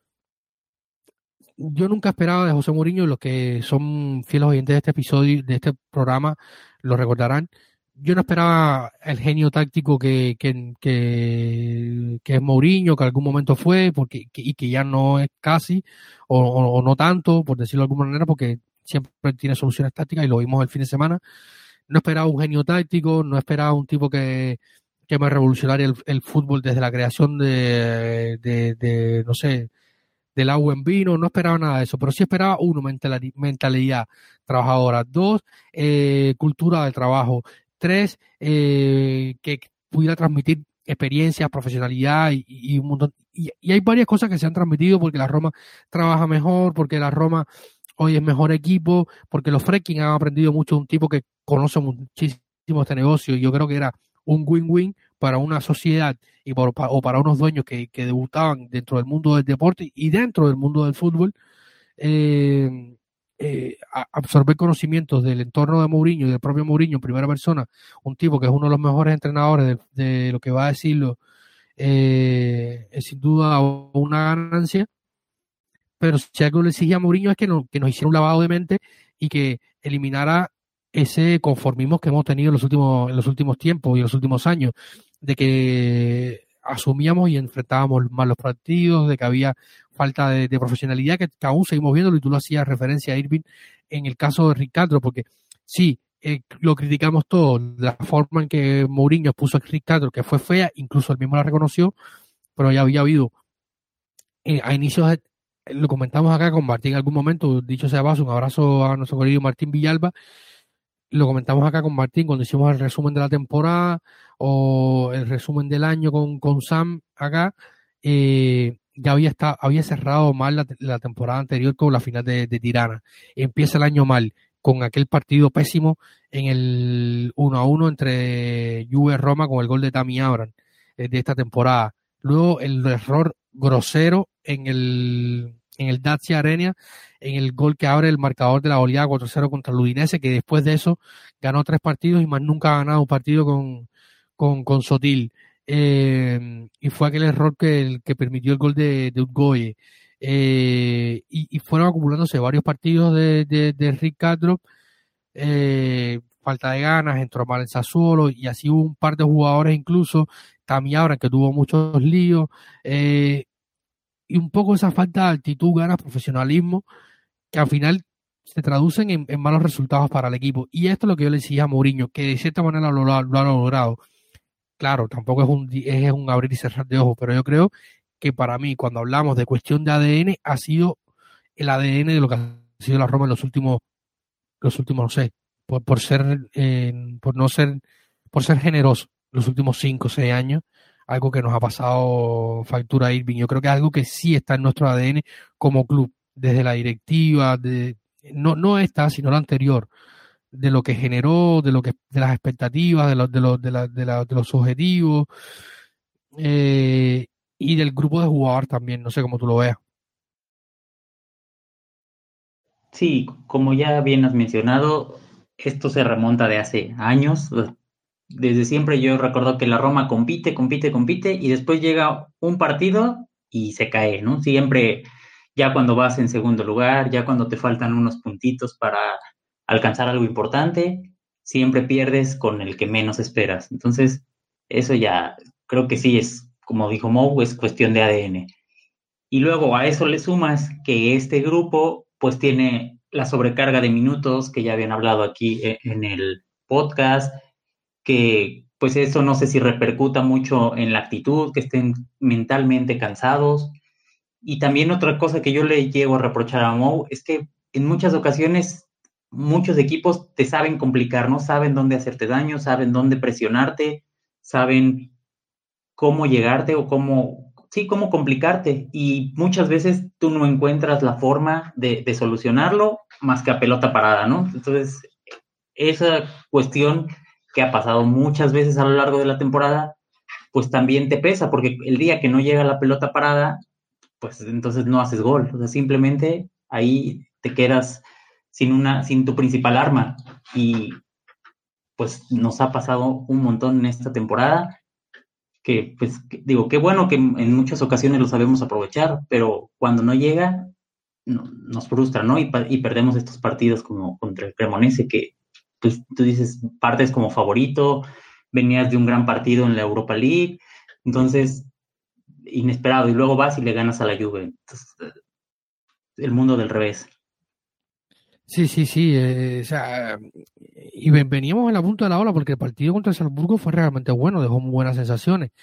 Yo nunca esperaba de José Mourinho, los que son fieles oyentes de este episodio, de este programa, lo recordarán. Yo no esperaba el genio táctico que, que, que, que es Mourinho, que algún momento fue, porque que, y que ya no es casi, o, o, o no tanto, por decirlo de alguna manera, porque siempre tiene soluciones tácticas, y lo vimos el fin de semana. No esperaba un genio táctico, no esperaba un tipo que, que me revolucionara el, el fútbol desde la creación de, de, de no sé, del agua en vino. No esperaba nada de eso, pero sí esperaba, uno, mentalidad trabajadora; dos, eh, cultura del trabajo; tres, eh, que pudiera transmitir experiencia, profesionalidad y, y un montón. Y, y hay varias cosas que se han transmitido, porque la Roma trabaja mejor, porque la Roma hoy es mejor equipo, porque los Fredkin han aprendido mucho de un tipo que conoce muchísimo este negocio, y yo creo que era un win-win para una sociedad y por, o para unos dueños que, que debutaban dentro del mundo del deporte y dentro del mundo del fútbol, eh, eh, absorber conocimientos del entorno de Mourinho y del propio Mourinho en primera persona, un tipo que es uno de los mejores entrenadores de, de lo que va a decirlo, eh, es sin duda una ganancia. Pero si algo le exigía a Mourinho es que, no, que nos hiciera un lavado de mente y que eliminara ese conformismo que hemos tenido en los últimos, en los últimos tiempos y en los últimos años, de que asumíamos y enfrentábamos mal los partidos, de que había falta de, de profesionalidad, que, que aún seguimos viéndolo, y tú lo hacías referencia a Irving en el caso de Ricardo, porque sí, eh, lo criticamos todo, la forma en que Mourinho puso a Ricardo, que fue fea, incluso él mismo la reconoció, pero ya había habido eh, a inicios de, lo comentamos acá con Martín en algún momento, dicho sea paso, un abrazo a nuestro querido Martín Villalba. Lo comentamos acá con Martín cuando hicimos el resumen de la temporada o el resumen del año con, con Sam acá. Eh, ya había estado, había cerrado mal la, la temporada anterior con la final de, de Tirana. Empieza el año mal con aquel partido pésimo en el uno a uno entre Juve y Roma, con el gol de Tammy Abraham eh, de esta temporada. Luego el error grosero en el en el Dacia Arena, en el gol que abre el marcador de la goleada cuatro cero contra el Udinese, que después de eso ganó tres partidos y más nunca ha ganado un partido con, con, con Sotil. Eh, y fue aquel error que, el, que permitió el gol de, de Udgoye. Eh, y, y fueron acumulándose varios partidos de, de, de Rick Karsdorp, eh, falta de ganas, entró mal en Sassuolo, y así hubo un par de jugadores, incluso Tammy Abraham, que tuvo muchos líos, eh, y un poco esa falta de actitud, ganas, profesionalismo, que al final se traducen en, en malos resultados para el equipo. Y esto es lo que yo le decía a Mourinho, que de cierta manera lo, lo, lo ha logrado. Claro, tampoco es un, es un abrir y cerrar de ojos, pero yo creo que para mí, cuando hablamos de cuestión de A D N, ha sido el A D N de lo que ha sido la Roma en los últimos, los últimos, no sé, por, por ser, eh, por no ser, por ser generoso, los últimos cinco o seis años, algo que nos ha pasado factura a Irving. Yo creo que es algo que sí está en nuestro A D N como club, desde la directiva, de, no, no esta, sino la anterior, de lo que generó, de lo que, de las expectativas, de los, de los, de la, de, la, de los objetivos, eh, y del grupo de jugadores también, no sé cómo tú lo veas. Sí, como ya bien has mencionado, esto se remonta de hace años. Desde siempre yo recuerdo que la Roma compite, compite, compite, y después llega un partido y se cae, ¿no? Siempre, ya cuando vas en segundo lugar, ya cuando te faltan unos puntitos para alcanzar algo importante, siempre pierdes con el que menos esperas. Entonces, eso ya creo que sí es, como dijo Mou, es cuestión de A D N. Y luego a eso le sumas que este grupo pues tiene la sobrecarga de minutos que ya habían hablado aquí en el podcast, que pues eso no sé si repercuta mucho en la actitud, que estén mentalmente cansados. Y también otra cosa que yo le llego a reprochar a Mou es que en muchas ocasiones muchos equipos te saben complicar, ¿no? Saben dónde hacerte daño, saben dónde presionarte, saben cómo llegarte o cómo, sí, cómo complicarte. Y muchas veces tú no encuentras la forma de, de solucionarlo más que a pelota parada, ¿no? Entonces, esa cuestión que ha pasado muchas veces a lo largo de la temporada, pues también te pesa, porque el día que no llega la pelota parada, pues entonces no haces gol. O sea, simplemente ahí te quedas sin una, sin tu principal arma. Y pues nos ha pasado un montón en esta temporada, que pues que, digo, qué bueno que en muchas ocasiones lo sabemos aprovechar, pero cuando no llega, no, nos frustra, ¿no? Y, y perdemos estos partidos como contra el Cremonese, que pues, tú dices, partes como favorito, venías de un gran partido en la Europa League, entonces inesperado, y luego vas y le ganas a la Juve. Entonces, el mundo del revés. Sí, sí, sí. Eh, o sea, y veníamos en la punta de la ola porque el partido contra el Salzburgo fue realmente bueno, dejó muy buenas sensaciones.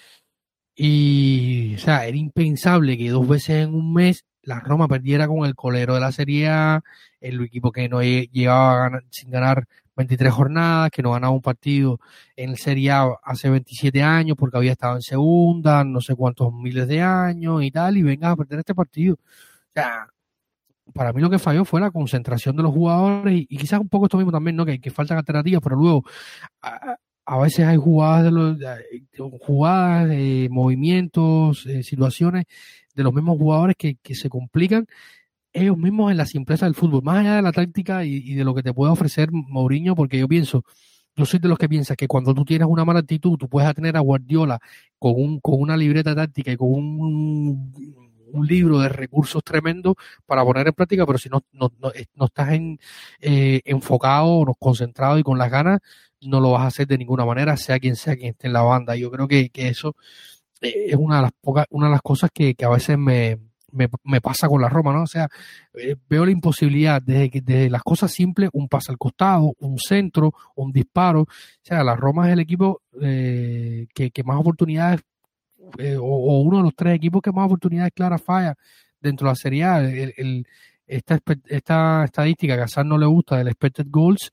Y, o sea, era impensable que dos veces en un mes la Roma perdiera con el colero de la Serie A, el equipo que no llevaba ganar, sin ganar veintitrés jornadas, que no ganaba un partido en el Serie A hace veintisiete años porque había estado en segunda, no sé cuántos miles de años y tal, y vengas a perder este partido. O sea, para mí lo que falló fue la concentración de los jugadores y, y quizás un poco esto mismo también, ¿no? Que, que faltan alternativas, pero luego a, a veces hay jugadas de los jugadas, eh, movimientos, eh, situaciones de los mismos jugadores que, que se complican ellos mismos en la simpleza del fútbol, más allá de la táctica y, y de lo que te puede ofrecer Mourinho, porque yo pienso, yo soy de los que piensa que cuando tú tienes una mala actitud, tú puedes tener a Guardiola con un con una libreta táctica y con un un libro de recursos tremendos para poner en práctica, pero si no, no, no, no estás en, eh, enfocado, no, concentrado y con las ganas, no lo vas a hacer de ninguna manera, sea quien sea quien esté en la banda. Yo creo que, que eso es una de las pocas, una de las cosas que, que a veces me, me, me pasa con la Roma, ¿no? O sea, eh, veo la imposibilidad desde que desde las cosas simples, un pase al costado, un centro, un disparo. O sea, la Roma es el equipo eh, que, que más oportunidades Eh, o, o uno de los tres equipos que más oportunidades claras falla dentro de la Serie A. El, el, esta, esta estadística que a Sam no le gusta del expected goals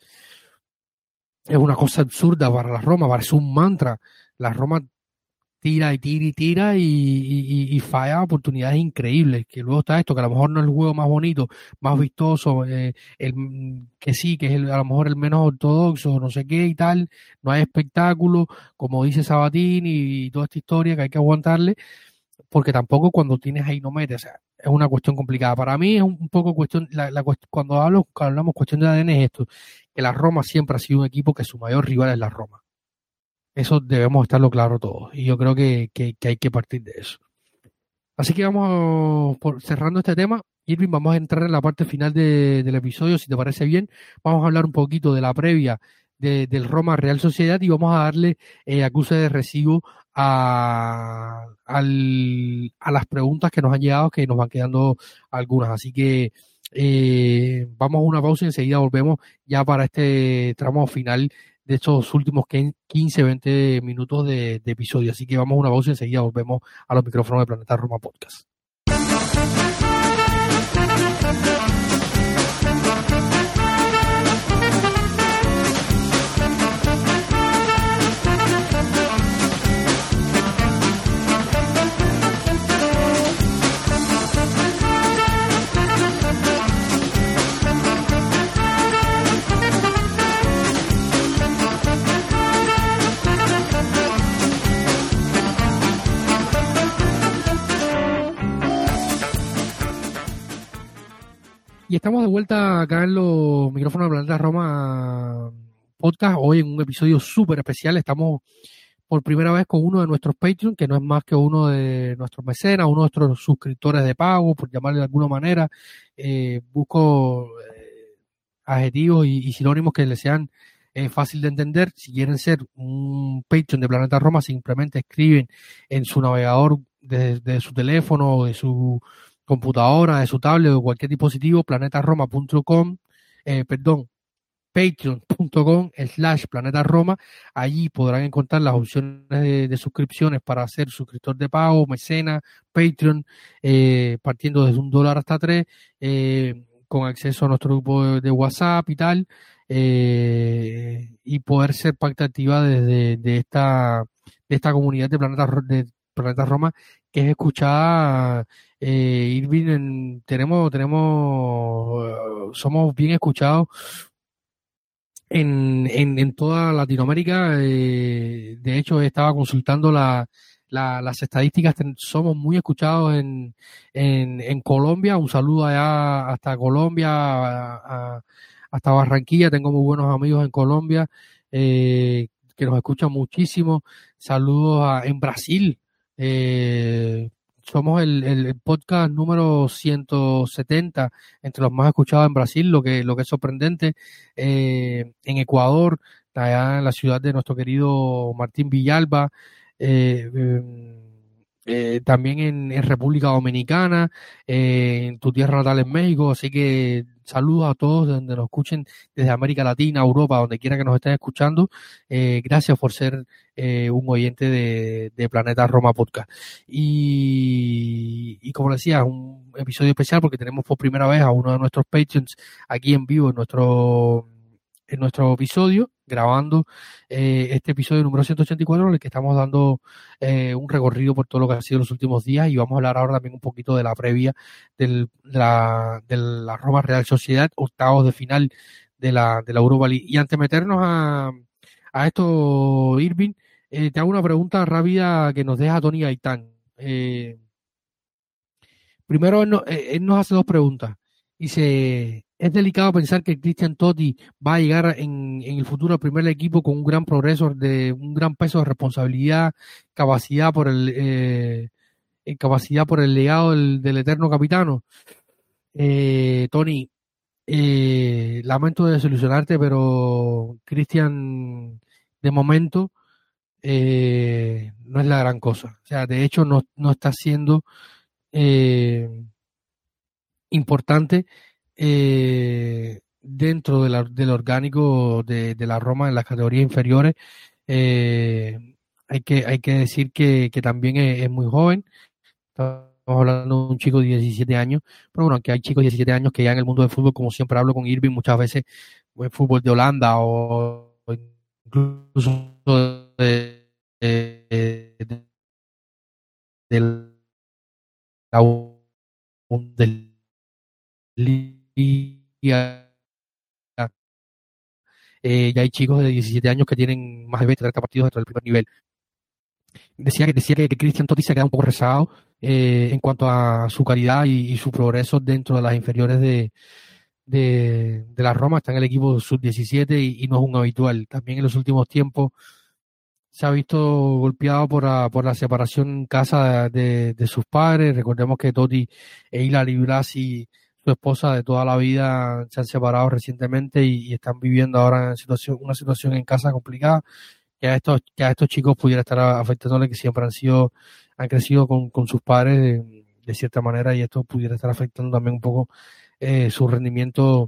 es una cosa absurda para la Roma, parece un mantra. La Roma tira y tira y tira y, y, y falla oportunidades increíbles, que luego está esto, que a lo mejor no es el juego más bonito, más vistoso, eh, el, que sí, que es el, a lo mejor el menos ortodoxo, no sé qué y tal, no hay espectáculo, como dice Sabatini y, y toda esta historia que hay que aguantarle, porque tampoco cuando tienes ahí no metes, o sea, es una cuestión complicada. Para mí es un, un poco cuestión, la, la, cuando hablo, cuando hablamos cuestión de A D N es esto, que la Roma siempre ha sido un equipo que su mayor rival es la Roma. Eso debemos estarlo claro todos. Y yo creo que, que, que hay que partir de eso. Así que vamos por, cerrando este tema. Irving, vamos a entrar en la parte final de, del episodio, si te parece bien. Vamos a hablar un poquito de la previa de, del Roma Real Sociedad y vamos a darle eh, acuse de recibo a, al, a las preguntas que nos han llegado, que nos van quedando algunas. Así que eh, vamos a una pausa y enseguida volvemos ya para este tramo final de estos últimos quince, veinte minutos de, de episodio. Así que vamos a una pausa y enseguida volvemos a los micrófonos de Planeta Roma Podcast. Y estamos de vuelta acá en los micrófonos de Planeta Roma Podcast, hoy en un episodio súper especial. Estamos por primera vez con uno de nuestros Patreon, que no es más que uno de nuestros mecenas, uno de nuestros suscriptores de pago, por llamarle de alguna manera. Eh, busco eh, adjetivos y, y sinónimos que les sean eh, fácil de entender. Si quieren ser un Patreon de Planeta Roma, simplemente escriben en su navegador de, de su teléfono o de su computadora, de su tablet o cualquier dispositivo, planetaroma punto com, eh, perdón, patreon punto com slash planetaroma. Allí podrán encontrar las opciones de, de suscripciones para ser suscriptor de pago, mecena, Patreon, eh, partiendo desde un dólar hasta tres, eh, con acceso a nuestro grupo de, de WhatsApp y tal, eh, y poder ser parte activa desde de esta, de esta comunidad de Planeta, de Planeta Roma, que es escuchada. Eh, Irving, en, tenemos, tenemos, uh, somos bien escuchados en, en, en toda Latinoamérica. Eh, de hecho, estaba consultando la, la, las estadísticas. Somos muy escuchados en, en, en Colombia. Un saludo allá hasta Colombia, a, a, hasta Barranquilla. Tengo muy buenos amigos en Colombia eh, que nos escuchan muchísimo. Saludos a, en Brasil. Eh, Somos el, el podcast número ciento setenta entre los más escuchados en Brasil, lo que, lo que es sorprendente. Eh, en Ecuador, allá en la ciudad de nuestro querido Martín Villalba, eh, eh, eh, también en, en República Dominicana, eh, en tu tierra natal en México. Así que saludos a todos donde nos escuchen desde América Latina, Europa, donde quiera que nos estén escuchando. Eh, gracias por ser eh, un oyente de, de Planeta Roma Podcast. Y, y como decía, un episodio especial porque tenemos por primera vez a uno de nuestros Patreons aquí en vivo en nuestro en nuestro episodio, grabando eh, este episodio número ciento ochenta y cuatro, en el que estamos dando eh, un recorrido por todo lo que ha sido los últimos días, y vamos a hablar ahora también un poquito de la previa del, de, la, de la Roma Real Sociedad, octavos de final de la, de la Europa League. Y antes de meternos a, a esto, Irving, eh, te hago una pregunta rápida que nos deja Tony Gaitán. Eh, primero, él, no, eh, él nos hace dos preguntas. Dice: es delicado pensar que Cristian Totti va a llegar en, en el futuro al primer equipo con un gran progreso, de un gran peso de responsabilidad, capacidad por el eh, capacidad por el legado del, del eterno capitano. Eh, Tony, eh, lamento desilusionarte, pero Cristian, de momento, eh, no es la gran cosa. O sea, de hecho, no, no está siendo eh, importante eh, dentro de la, del orgánico de, de la Roma en las categorías inferiores. Eh, hay que hay que decir que, que también es, es muy joven. Estamos hablando de un chico de diecisiete años, pero bueno, que hay chicos de diecisiete años que ya en el mundo del fútbol, como siempre hablo con Irving muchas veces, el fútbol de Holanda o incluso de, de, de, de la Bundesliga, eh, ya hay chicos de diecisiete años que tienen más de veinte, treinta partidos dentro del primer nivel. Decía que decía que, que Cristian Totti se ha quedado un poco rezagado eh, en cuanto a su calidad y, y su progreso dentro de las inferiores de, de, de la Roma. Está en el equipo sub diecisiete y, y no es un habitual. También en los últimos tiempos se ha visto golpeado por la, por la separación en casa de, de sus padres. Recordemos que Totti e Hilary Blasi, su esposa de toda la vida, se han separado recientemente y, y están viviendo ahora en situación, una situación en casa complicada, que a estos, que a estos chicos pudiera estar afectándole, que siempre han sido, han crecido con, con sus padres de, de cierta manera, y esto pudiera estar afectando también un poco eh, su rendimiento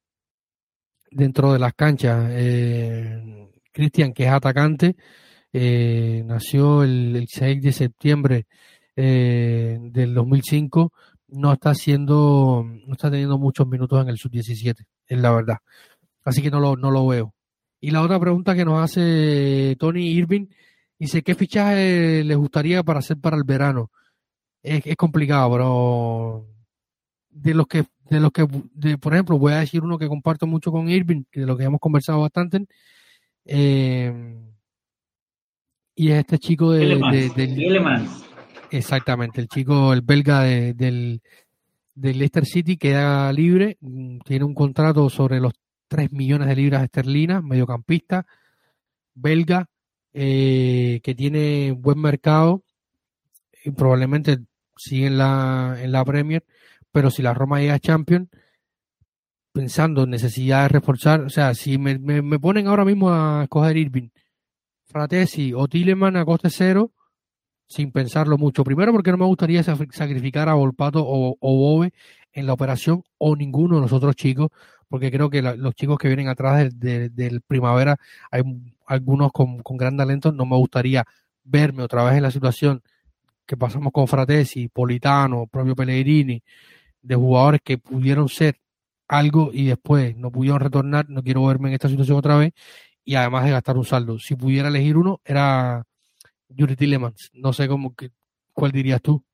dentro de las canchas. Eh, Cristian, que es atacante, eh, nació el, el seis de septiembre eh, del dos mil cinco, no está haciendo, no está teniendo muchos minutos en el sub diecisiete, es la verdad. Así que no lo, no lo veo. Y la otra pregunta que nos hace Tony Irving, dice, ¿qué fichaje les gustaría para hacer para el verano? Es, es complicado, pero de los que, de los que, de, por ejemplo, voy a decir uno que comparto mucho con Irving, de lo que hemos conversado bastante, eh, y es este chico de, de, del, exactamente, el chico, el belga de, del, del Leicester City, queda libre, tiene un contrato sobre los tres millones de libras esterlinas, mediocampista, belga, eh, que tiene buen mercado y probablemente sigue en la, en la Premier, pero si la Roma llega a Champions, pensando en necesidad de reforzar, o sea, si me, me, me ponen ahora mismo a escoger Irving, Fratesi o Tielemans a coste cero, sin pensarlo mucho. Primero porque no me gustaría sacrificar a Volpato o, o Bove en la operación, o ninguno de los otros chicos, porque creo que la, los chicos que vienen atrás del, del, del Primavera, hay algunos con, con gran talento. No me gustaría verme otra vez en la situación que pasamos con Fratesi, Politano, propio Pellegrini, de jugadores que pudieron ser algo y después no pudieron retornar. No quiero verme en esta situación otra vez, y además de gastar un saldo. Si pudiera elegir uno, era Youri Tielemans. No sé cómo que, cuál dirías tú.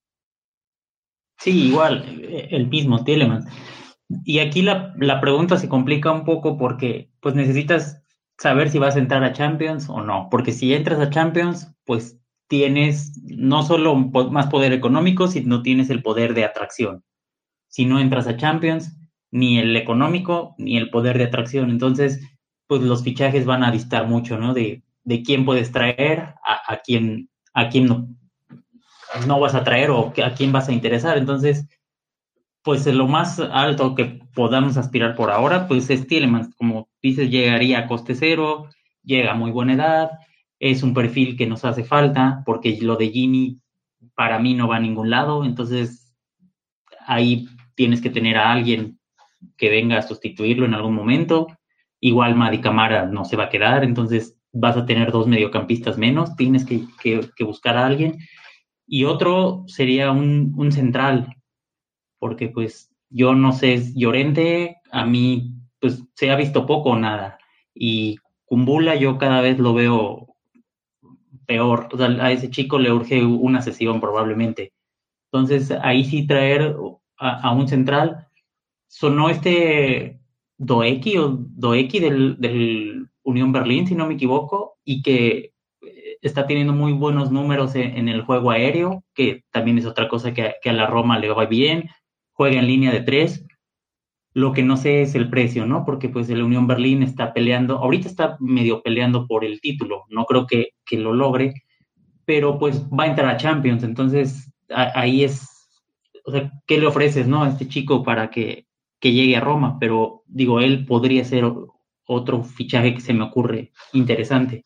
Sí, igual, el mismo Tielemans. Y aquí la, la pregunta se complica un poco porque pues necesitas saber si vas a entrar a Champions o no, porque si entras a Champions, pues tienes no solo más poder económico, sino tienes el poder de atracción. Si no entras a Champions, ni el económico, ni el poder de atracción. Entonces, pues los fichajes van a distar mucho, ¿no? De, de quién puedes traer, a, a quién, a quién no, no vas a traer o a quién vas a interesar. Entonces, pues lo más alto que podamos aspirar por ahora, pues es Tielemans. Como dices, llegaría a coste cero, llega a muy buena edad, es un perfil que nos hace falta, porque lo de Gini para mí no va a ningún lado. Entonces, ahí tienes que tener a alguien que venga a sustituirlo en algún momento. Igual Mady Camara no se va a quedar, entonces vas a tener dos mediocampistas menos, tienes que, que, que buscar a alguien. Y otro sería un, un central, porque pues yo no sé, Llorente a mí pues se ha visto poco o nada, y Kumbula yo cada vez lo veo peor. O sea, a ese chico le urge una sesión probablemente. Entonces ahí sí traer a, a un central. Sonó este Doeki o Doeki del, del Unión Berlín, si no me equivoco, y que está teniendo muy buenos números en, en el juego aéreo, que también es otra cosa que, que a la Roma le va bien. Juega en línea de tres. Lo que no sé es el precio, ¿no? Porque pues el Unión Berlín está peleando, ahorita está medio peleando por el título, no creo que, que lo logre, pero pues va a entrar a Champions. Entonces a, ahí es, o sea, ¿qué le ofreces, no, a este chico para que, que llegue a Roma? Pero digo, él podría ser otro fichaje que se me ocurre interesante.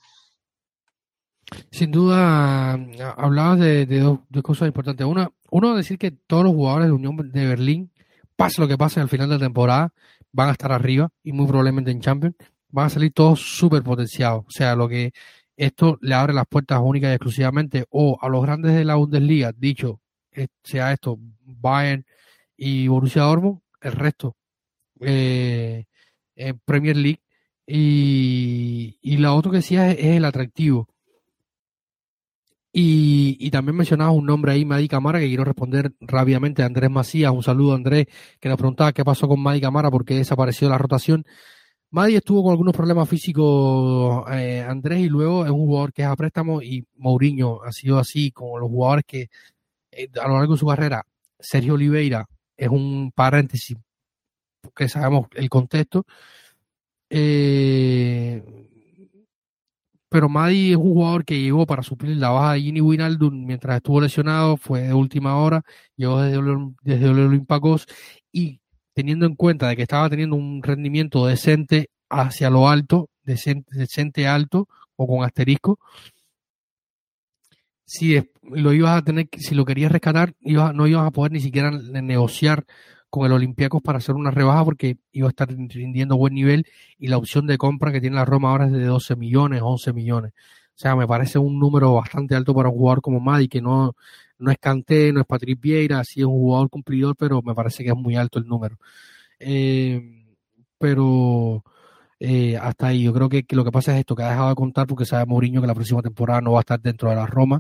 Sin duda, hablabas de, de dos, dos cosas importantes. Una, uno, decir que todos los jugadores de Unión de Berlín, pase lo que pase al final de la temporada, van a estar arriba y muy probablemente en Champions. Van a salir todos súper potenciados. O sea, lo que esto le abre las puertas únicas y exclusivamente o a los grandes de la Bundesliga, dicho sea esto, Bayern y Borussia Dortmund, el resto eh, en Premier League. Y, y la otra que decía es, es el atractivo. Y, y también mencionabas un nombre ahí, Mady Camara, que quiero responder rápidamente a Andrés Macías. Un saludo a Andrés, que nos preguntaba qué pasó con Mady Camara, por qué desapareció de la rotación. Mady estuvo con algunos problemas físicos, eh, Andrés, y luego es un jugador que es a préstamo, y Mourinho ha sido así con los jugadores que eh, a lo largo de su carrera. Sergio Oliveira es un paréntesis, porque sabemos el contexto. Eh, pero Madi es un jugador que llegó para suplir la baja de Gini Wijnaldum mientras estuvo lesionado, fue de última hora, llegó desde el, desde el Olympiacos, y teniendo en cuenta de que estaba teniendo un rendimiento decente hacia lo alto, decente, decente alto o con asterisco, si lo ibas a tener, si lo querías rescatar, ibas, no ibas a poder ni siquiera negociar con el Olympiacos para hacer una rebaja porque iba a estar rindiendo buen nivel, y la opción de compra que tiene la Roma ahora es de doce millones, once millones. O sea, me parece un número bastante alto para un jugador como Madi, que no, no es Kanté, no es Patrick Vieira, sí es un jugador cumplidor, pero me parece que es muy alto el número. Eh, pero eh, hasta ahí, yo creo que, que lo que pasa es esto, que ha dejado de contar porque sabe Mourinho que la próxima temporada no va a estar dentro de la Roma.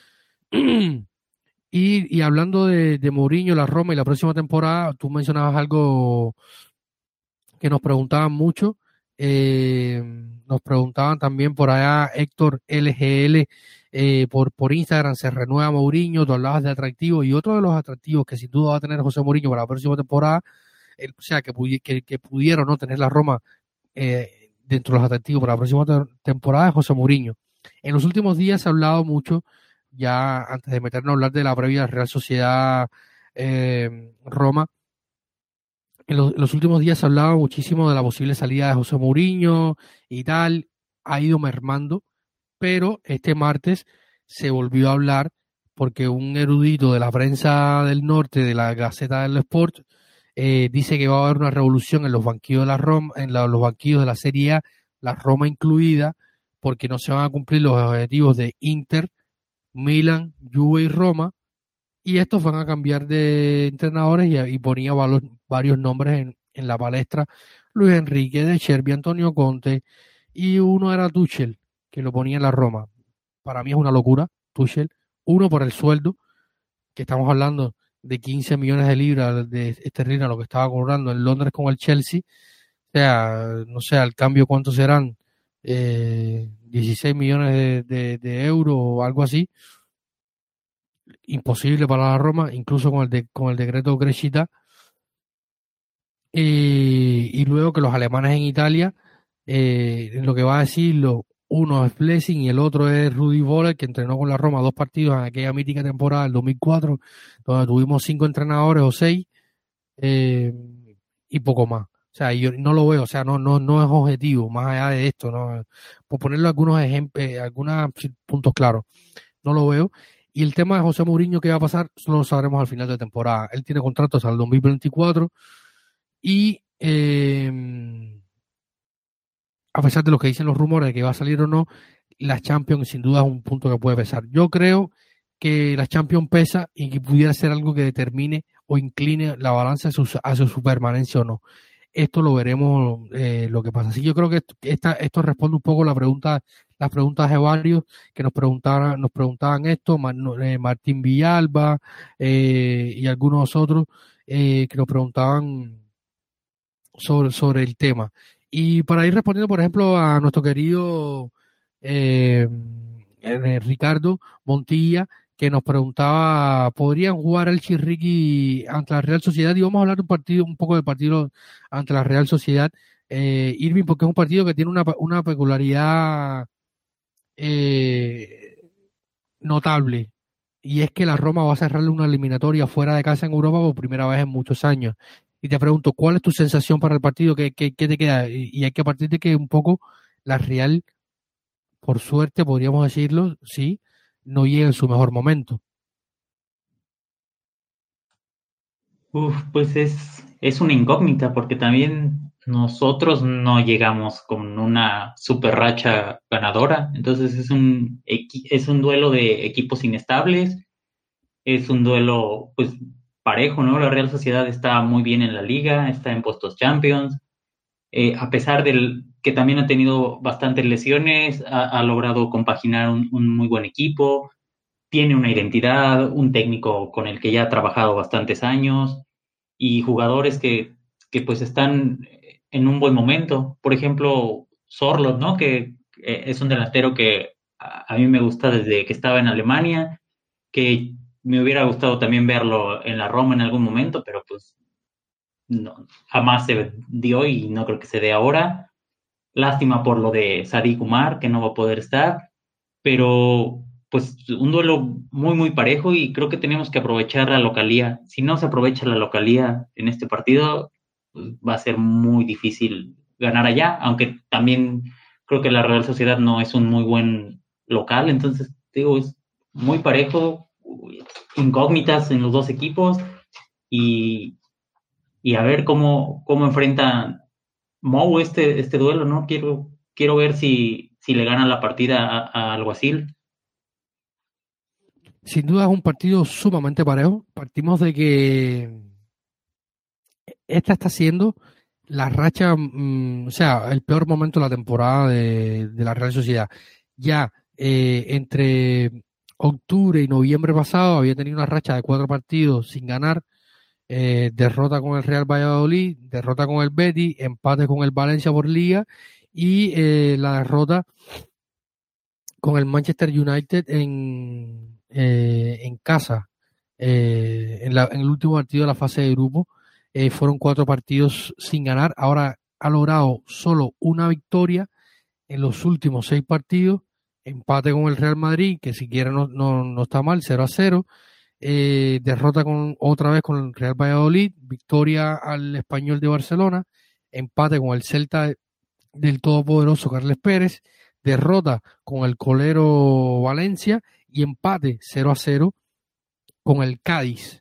Y, y hablando de, de Mourinho, la Roma y la próxima temporada, tú mencionabas algo que nos preguntaban mucho. Eh, nos preguntaban también por allá Héctor L G L eh, por, por Instagram, se renueva Mourinho, tú hablabas de atractivo, y otro de los atractivos que sin duda va a tener José Mourinho para la próxima temporada, el, o sea, que, pudi que, que pudieron no tener la Roma eh, dentro de los atractivos para la próxima te temporada es José Mourinho. En los últimos días se ha hablado mucho, ya antes de meternos a hablar de la previa Real Sociedad eh, Roma, en los, en los últimos días se hablaba muchísimo de la posible salida de José Mourinho y tal, ha ido mermando, pero este martes se volvió a hablar porque un erudito de la prensa del norte, de la Gaceta del Sport, eh, dice que va a haber una revolución en los banquillos de la Roma, en la, los banquillos de la Serie A, la Roma incluida, porque no se van a cumplir los objetivos de Inter, Milan, Juve y Roma, y estos van a cambiar de entrenadores, y, y ponía varios, varios nombres en, en la palestra: Luis Enrique, De Chervi, Antonio Conte, y uno era Tuchel, que lo ponía en la Roma. Para mí es una locura, Tuchel, uno por el sueldo, que estamos hablando de quince millones de libras de esterlinas, lo que estaba cobrando en Londres con el Chelsea, o sea, no sé, al cambio cuántos serán, eh, dieciséis millones de, de, de euros o algo así, imposible para la Roma, incluso con el, de, con el decreto Crescita. Eh, y luego que los alemanes en Italia, eh, lo que va a decirlo, uno es Blessing y el otro es Rudi Völler, que entrenó con la Roma dos partidos en aquella mítica temporada del dos mil cuatro, donde tuvimos cinco entrenadores o seis, eh, y poco más. O sea, yo no lo veo, o sea, no, no, no es objetivo, más allá de esto, ¿no? Por ponerle algunos ejemplos, algunos puntos claros, no lo veo. Y el tema de José Mourinho, ¿qué va a pasar? Solo lo sabremos al final de temporada. Él tiene contrato hasta el dos mil veinticuatro y eh, a pesar de lo que dicen los rumores de que va a salir o no, la Champions sin duda es un punto que puede pesar. Yo creo que la Champions pesa y que pudiera ser algo que determine o incline la balanza hacia su, hacia su permanencia o no. Esto lo veremos eh, lo que pasa. Sí, yo creo que esto, esta, esto responde un poco a la pregunta, las preguntas de varios que nos preguntaban, nos preguntaban esto, eh, Martín Villalba eh, y algunos otros eh, que nos preguntaban sobre, sobre el tema. Y para ir respondiendo, por ejemplo, a nuestro querido eh, eh, Ricardo Montilla, que nos preguntaba, ¿podrían jugar el Chirriqui ante la Real Sociedad? Y vamos a hablar un partido, un poco del partido ante la Real Sociedad, eh, Irving, porque es un partido que tiene una, una peculiaridad eh, notable, y es que la Roma va a cerrarle una eliminatoria fuera de casa en Europa por primera vez en muchos años. Y te pregunto, ¿cuál es tu sensación para el partido? ¿Qué, qué, qué te queda? Y, y hay que partir de que un poco la Real, por suerte, podríamos decirlo, sí, no llega en su mejor momento. Uf, pues es, es una incógnita, porque también nosotros no llegamos con una super racha ganadora. Entonces es un, es un duelo de equipos inestables, es un duelo pues parejo, ¿no? La Real Sociedad está muy bien en la liga, está en puestos Champions, eh, a pesar del que también ha tenido bastantes lesiones, ha, ha logrado compaginar un, un muy buen equipo, tiene una identidad, un técnico con el que ya ha trabajado bastantes años y jugadores que, que pues están en un buen momento. Por ejemplo, Sorloth, ¿no? Que eh, es un delantero que a, a mí me gusta desde que estaba en Alemania, que me hubiera gustado también verlo en la Roma en algún momento, pero pues no, jamás se dio y no creo que se dé ahora. Lástima por lo de Sadiq Umar, que no va a poder estar, pero pues un duelo muy, muy parejo y creo que tenemos que aprovechar la localía. Si no se aprovecha la localía en este partido, pues va a ser muy difícil ganar allá, aunque también creo que la Real Sociedad no es un muy buen local, entonces digo, es muy parejo, incógnitas en los dos equipos y, y a ver cómo, cómo enfrenta Mou este, este duelo, ¿no? Quiero, quiero ver si, si le gana la partida a, a Alguacil. Sin duda es un partido sumamente parejo. Partimos de que esta está siendo la racha, mmm, o sea, el peor momento de la temporada de, de la Real Sociedad. Ya eh, entre octubre y noviembre pasado había tenido una racha de cuatro partidos sin ganar, eh, derrota con el Real Valladolid, derrota con el Betis, empate con el Valencia por Liga y eh, la derrota con el Manchester United en, eh, en casa, eh, en, la, en el último partido de la fase de grupo. Eh, fueron cuatro partidos sin ganar. Ahora ha logrado solo una victoria en los últimos seis partidos. Empate con el Real Madrid, que siquiera no, no, no está mal, cero a cero. Eh, derrota con otra vez con el Real Valladolid. Victoria al Español de Barcelona. Empate con el Celta del todopoderoso Carles Pérez. Derrota con el colero Valencia y empate cero a cero con el Cádiz.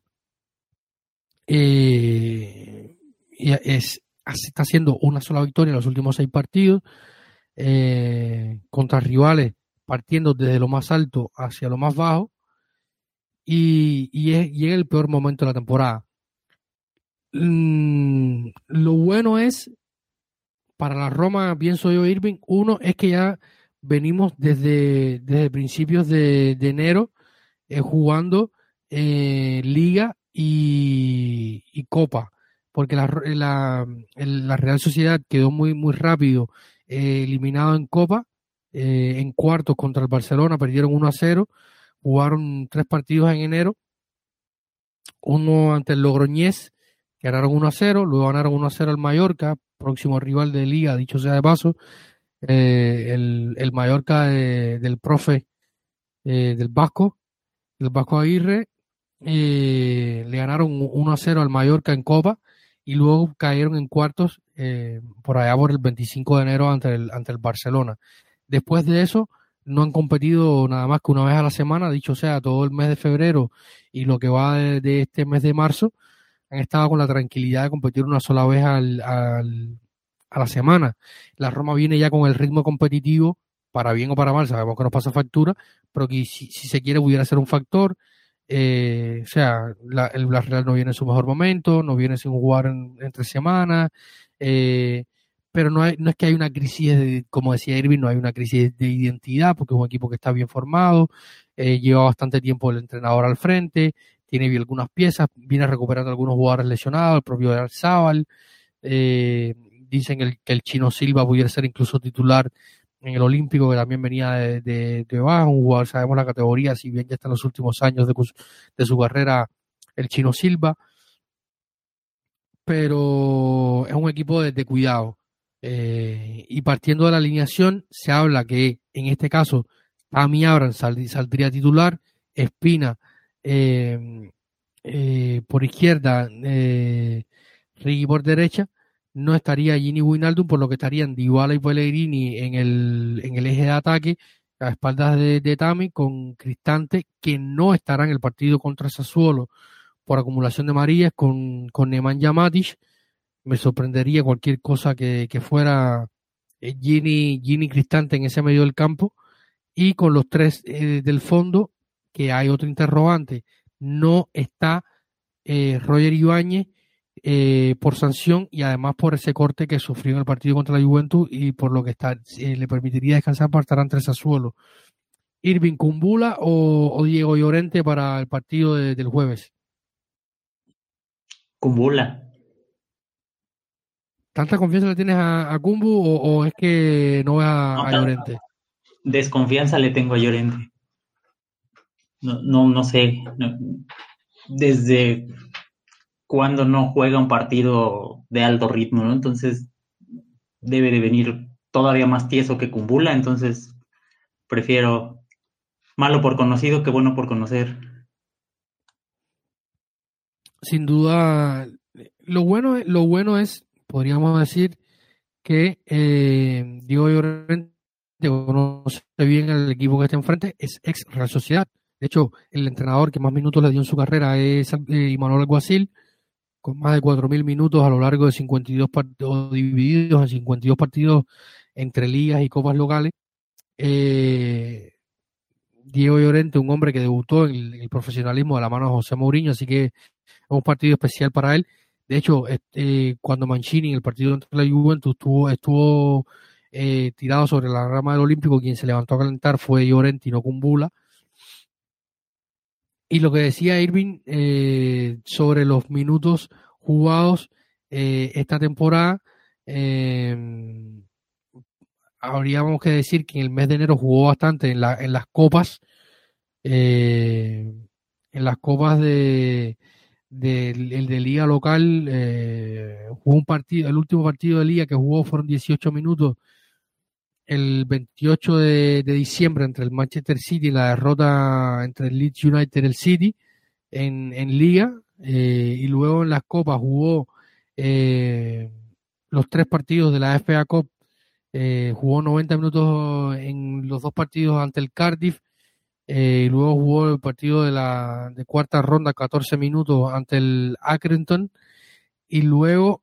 Eh, y es, está haciendo una sola victoria en los últimos seis partidos eh, contra rivales partiendo desde lo más alto hacia lo más bajo y, y, es, y es el peor momento de la temporada. Mm, lo bueno es para la Roma, pienso yo, Irving, uno es que ya venimos desde, desde principios de, de enero eh, jugando eh, Liga y, y Copa, porque la, la, la Real Sociedad quedó muy, muy rápido eh, eliminado en Copa, eh, en cuartos contra el Barcelona, perdieron uno a cero, jugaron tres partidos en enero, uno ante el Logroñés, ganaron uno a cero, luego ganaron uno a cero al Mallorca, próximo rival de Liga, dicho sea de paso, eh, el, el Mallorca de, del profe eh, del Vasco, el Vasco Aguirre, eh, le ganaron uno a cero al Mallorca en Copa y luego cayeron en cuartos eh, por allá por el veinticinco de enero ante el, ante el Barcelona. Después de eso no han competido nada más que una vez a la semana, dicho sea, todo el mes de febrero y lo que va de, de este mes de marzo, han estado con la tranquilidad de competir una sola vez al, al, a la semana. La Roma viene ya con el ritmo competitivo, para bien o para mal, sabemos que nos pasa factura, pero que si, si se quiere pudiera ser un factor. Eh, o sea, la, el la Real no viene en su mejor momento, no viene sin jugar en, entre semanas, eh, pero no, hay, no es que hay una crisis, de, como decía Irving, no hay una crisis de identidad, porque es un equipo que está bien formado, eh, lleva bastante tiempo el entrenador al frente, tiene algunas piezas, viene recuperando algunos jugadores lesionados, el propio Arzabal, eh, dicen el, que el Chino Silva pudiera ser incluso titular en el Olímpico, que también venía de, de, de bajo, un jugador, sabemos la categoría, si bien ya está en los últimos años de, de su carrera el Chino Silva, pero es un equipo de, de cuidado. Eh, y partiendo de la alineación, se habla que en este caso Tammy Abrams sal, saldría titular, Espina eh, eh, por izquierda, eh, Ricky por derecha, no estaría Gini Wijnaldum, por lo que estarían Dybala y Pellegrini en el, en el eje de ataque, a espaldas de, de Tammy, con Cristante, que no estará en el partido contra Sassuolo por acumulación de amarillas, con, con Nemanja Matic. Me sorprendería cualquier cosa que, que fuera Gini, Gini Cristante en ese medio del campo, y con los tres eh, del fondo, que hay otro interrogante, no está eh, Roger Ibáñez, Eh, por sanción y además por ese corte que sufrió en el partido contra la Juventus y por lo que está, eh, le permitiría descansar para estar ante el Sassuolo. Irving, Kumbula o, o Diego Llorente para el partido de, del jueves. Kumbula. ¿Tanta confianza le tienes a, a Kumbu o, o es que no ves a, No, a Llorente? desconfianza le tengo a Llorente. No, no, no sé. No, desde cuando no juega un partido de alto ritmo, ¿no? Entonces debe de venir todavía más tieso que Kumbula, entonces prefiero malo por conocido que bueno por conocer. Sin duda, lo bueno, lo bueno es, podríamos decir, que eh, Diego Llorente conoce bien el equipo que está enfrente, es ex Real Sociedad. De hecho, el entrenador que más minutos le dio en su carrera es eh, Imanol Alguacil, con más de cuatro mil minutos a lo largo de cincuenta y dos partidos, divididos en cincuenta y dos partidos entre ligas y copas locales. Eh, Diego Llorente, un hombre que debutó en el, el profesionalismo de la mano de José Mourinho, así que es un partido especial para él. De hecho, este, cuando Mancini en el partido entre la Juventus estuvo, estuvo eh, tirado sobre la rama del Olímpico, quien se levantó a calentar fue Llorente y no Kumbula. Y lo que decía Irving eh, sobre los minutos jugados eh, esta temporada, eh, habríamos que decir que en el mes de enero jugó bastante en, la, en las copas, eh, en las copas de, de, el de liga local, eh, jugó un partido, el último partido de liga que jugó fueron dieciocho minutos el veintiocho de, de diciembre entre el Manchester City y la derrota entre el Leeds United y el City en, en liga, eh, y luego en las copas jugó eh, los tres partidos de la F A Cup, eh, jugó noventa minutos en los dos partidos ante el Cardiff, eh, y luego jugó el partido de la de cuarta ronda catorce minutos ante el Accrington, y luego,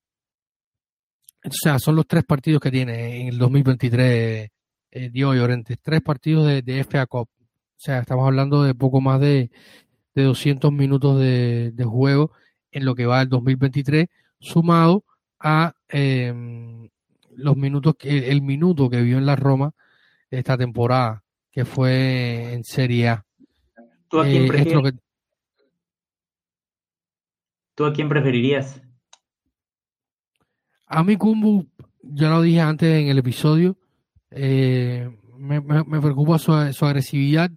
o sea, son los tres partidos que tiene en el dos mil veintitrés eh, Diego Llorente, tres partidos de, de F A Cup. O sea, estamos hablando de poco más de, de doscientos minutos de, de juego en lo que va del dos mil veintitrés, sumado a eh, los minutos que, el minuto que vio en la Roma esta temporada, que fue en Serie A. ¿Tú a quién Eh, prefieres? esto que, ¿Tú a quién preferirías? a mí Kumbu, ya lo dije antes en el episodio, eh, me, me, me preocupa su, su agresividad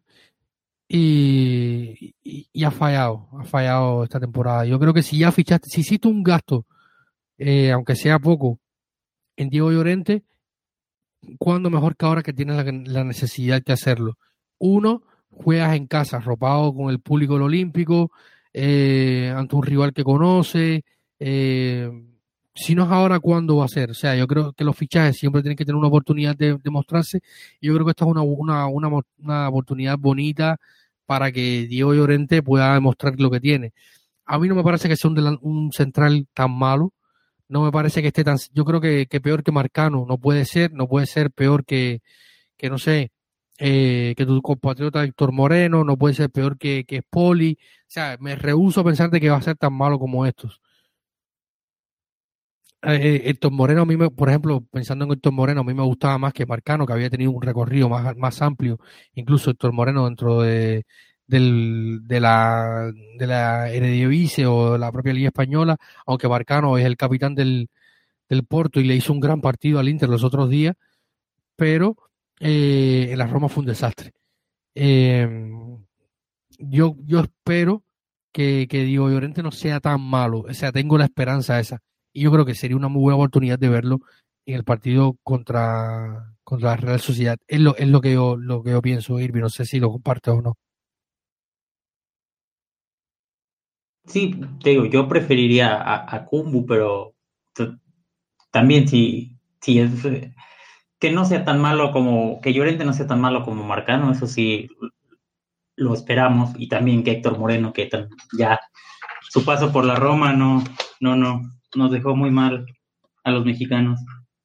y, y, y ha fallado, ha fallado esta temporada. Yo creo que si ya fichaste, si hiciste un gasto, eh, aunque sea poco, en Diego Llorente, cuando mejor que ahora que tienes la, la necesidad de hacerlo. Uno, juegas en casa, arropado con el público del Olímpico, eh, ante un rival que conoce. Eh, si no es ahora, ¿cuándo va a ser? O sea, yo creo que los fichajes siempre tienen que tener una oportunidad de, de mostrarse. Yo creo que esta es una, una, una, una oportunidad bonita para que Diego Llorente pueda demostrar lo que tiene. A mí no me parece que sea un, un central tan malo. No me parece que esté tan... Yo creo que, que peor que Marcano no puede ser. No puede ser peor que, que no sé, eh, que tu compatriota Héctor Moreno. No puede ser peor que, que Spoli. O sea, me rehúso a pensar de que va a ser tan malo como estos. Eh, Héctor Moreno, a mí, me, por ejemplo, pensando en Héctor Moreno, a mí me gustaba más que Marcano, que había tenido un recorrido más, más amplio. Incluso Héctor Moreno dentro de, del, de la, de la Eredivisie o de la propia Liga Española, aunque Marcano es el capitán del, del Porto y le hizo un gran partido al Inter los otros días, pero eh, en la Roma fue un desastre. Eh, yo, yo espero que, que Diego Llorente no sea tan malo, o sea, tengo la esperanza esa. Y yo creo que sería una muy buena oportunidad de verlo en el partido contra, contra la Real Sociedad. Es lo, es lo que yo, lo que yo pienso, Irving. No sé si lo compartes o no. Sí, te digo, yo preferiría a, a Kumbu, pero t- también si, si es eh, que no sea tan malo como, que Llorente no sea tan malo como Marcano, eso sí lo esperamos, y también que Héctor Moreno, que tan, ya su paso por la Roma no, no, no, nos dejó muy mal a los mexicanos.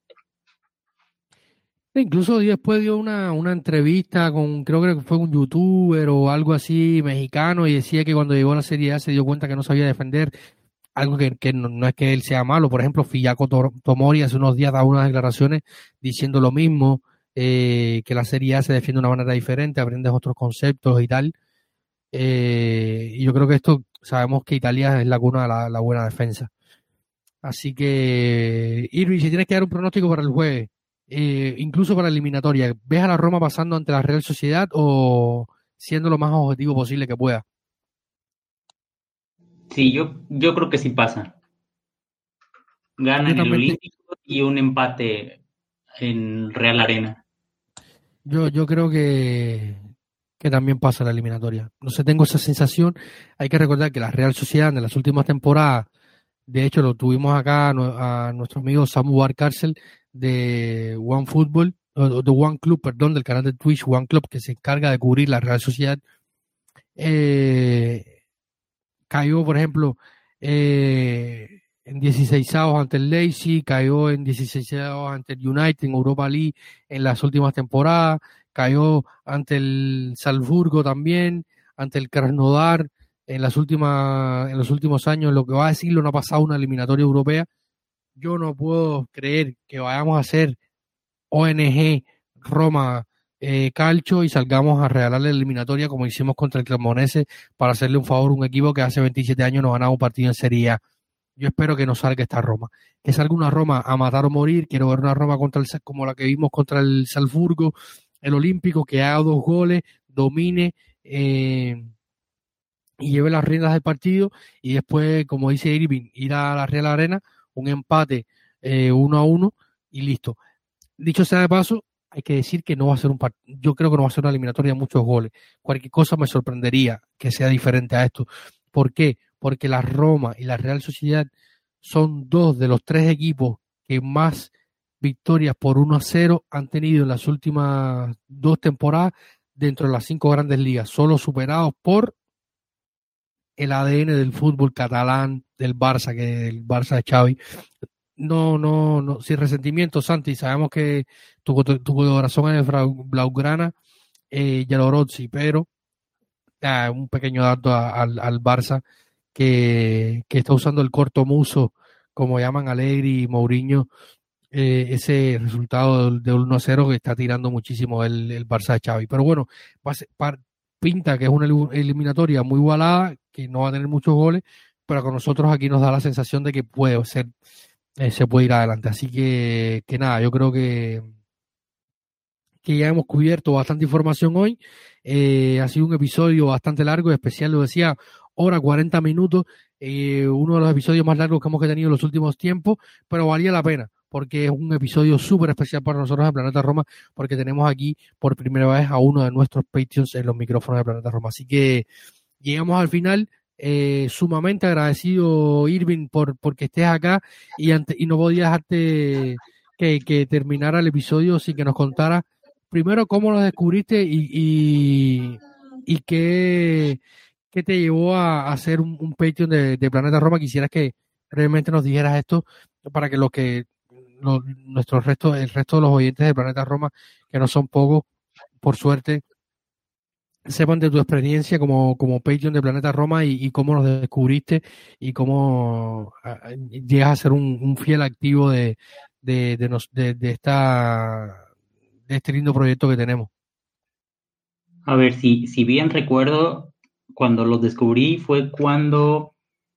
Incluso después dio una, una entrevista con, creo que fue un youtuber o algo así mexicano, y decía que cuando llegó a la Serie A se dio cuenta que no sabía defender, algo que, que no, no es que él sea malo. Por ejemplo, Fillaco Tomori hace unos días daba unas declaraciones diciendo lo mismo, eh, que la Serie A se defiende de una manera diferente, aprendes otros conceptos y tal. Eh, y yo creo que esto, sabemos que Italia es la cuna de la, la buena defensa. Así que, Irving, si tienes que dar un pronóstico para el jueves, eh, incluso para la eliminatoria, ¿ves a la Roma pasando ante la Real Sociedad o siendo lo más objetivo posible que pueda? Sí, yo, yo creo que sí pasa. Ganan el Yo también, Olímpico y un empate en Real Arena. Yo, yo creo que, que también pasa la eliminatoria. No sé, tengo esa sensación. Hay que recordar que la Real Sociedad en las últimas temporadas, de hecho lo tuvimos acá a, a nuestro amigo Samu Barcárcel de One Football, de One Club, perdón, del canal de Twitch One Club, que se encarga de cubrir la Real Sociedad. Eh, cayó, por ejemplo, eh, en dieciseisavos ante el Leipzig, cayó en dieciseisavos ante el United en Europa League en las últimas temporadas, cayó ante el Salzburgo también, ante el Krasnodar en las últimas, en los últimos años. Lo que va a decirlo, no ha pasado una eliminatoria europea. Yo no puedo creer que vayamos a hacer O N G Roma eh, Calcio y salgamos a regalar la eliminatoria como hicimos contra el Cremonese para hacerle un favor a un equipo que hace veintisiete años no ganaba un partido en Serie A. Yo espero que no salga esta Roma, que salga una Roma a matar o morir. Quiero ver una Roma contra el, como la que vimos contra el Salzburgo, el Olímpico, que haga dos goles, domine eh, y lleve las riendas del partido, y después, como dice Irving, ir a la Real Arena, un empate eh, uno a uno y listo. Dicho sea de paso, hay que decir que no va a ser un partido, yo creo que no va a ser una eliminatoria de muchos goles. Cualquier cosa me sorprendería que sea diferente a esto. ¿Por qué? Porque la Roma y la Real Sociedad son dos de los tres equipos que más victorias por uno a cero han tenido en las últimas dos temporadas dentro de las cinco grandes ligas, solo superados por el A D N del fútbol catalán, del Barça, que el Barça de Xavi. No, no, no, sin resentimiento, Santi. Sabemos que tu, tu, tu corazón es blaugrana, eh, Yalorozzi, pero eh, un pequeño dato a, a, al Barça que, que está usando el corto muso, como llaman Allegri y Mourinho, eh, ese resultado de, de uno a cero que está tirando muchísimo el, el Barça de Xavi. Pero bueno, pase, par, pinta que es una eliminatoria muy igualada, que no va a tener muchos goles, pero con nosotros aquí nos da la sensación de que puede ser, eh, se puede ir adelante. Así que, que nada, yo creo que, que ya hemos cubierto bastante información hoy. Eh, ha sido un episodio bastante largo, especial, lo decía, hora cuarenta minutos, eh, uno de los episodios más largos que hemos tenido en los últimos tiempos, pero valía la pena, porque es un episodio súper especial para nosotros en Planeta Roma, porque tenemos aquí por primera vez a uno de nuestros Patreons en los micrófonos de Planeta Roma. Así que llegamos al final, eh, sumamente agradecido, Irving, por porque estés acá, y, ante, y no podía dejarte que, que terminara el episodio sin que nos contara primero cómo lo descubriste y, y, y qué, qué te llevó a, a hacer un, un Patreon de, de Planeta Roma. Quisieras que realmente nos dijeras esto para que los que los, nuestros restos, el resto de los oyentes de Planeta Roma, que no son pocos, por suerte, sepan de tu experiencia como, como Patreon de Planeta Roma y, y cómo los descubriste y cómo a, llegas a ser un, un fiel activo de, de, de, nos, de, de esta de este lindo proyecto que tenemos. A ver, si, si bien recuerdo, cuando los descubrí fue cuando,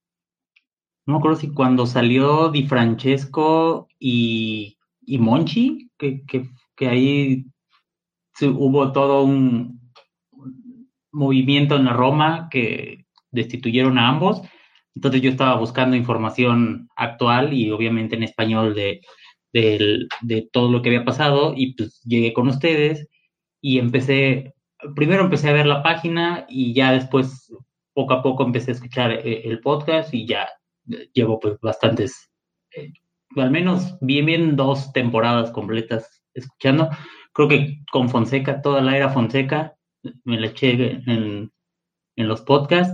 no me acuerdo si cuando salió Di Francesco y, y Monchi, que, que, que ahí se, hubo todo un movimiento en la Roma que destituyeron a ambos. Entonces yo estaba buscando información actual y obviamente en español de De, de todo lo que había pasado, y pues llegué con ustedes y empecé, primero empecé a ver la página y ya después poco a poco empecé a escuchar el, el podcast y ya llevo pues bastantes, eh, al menos bien bien dos temporadas completas escuchando. Creo que con Fonseca, toda la era Fonseca, me la eché en, en los podcasts,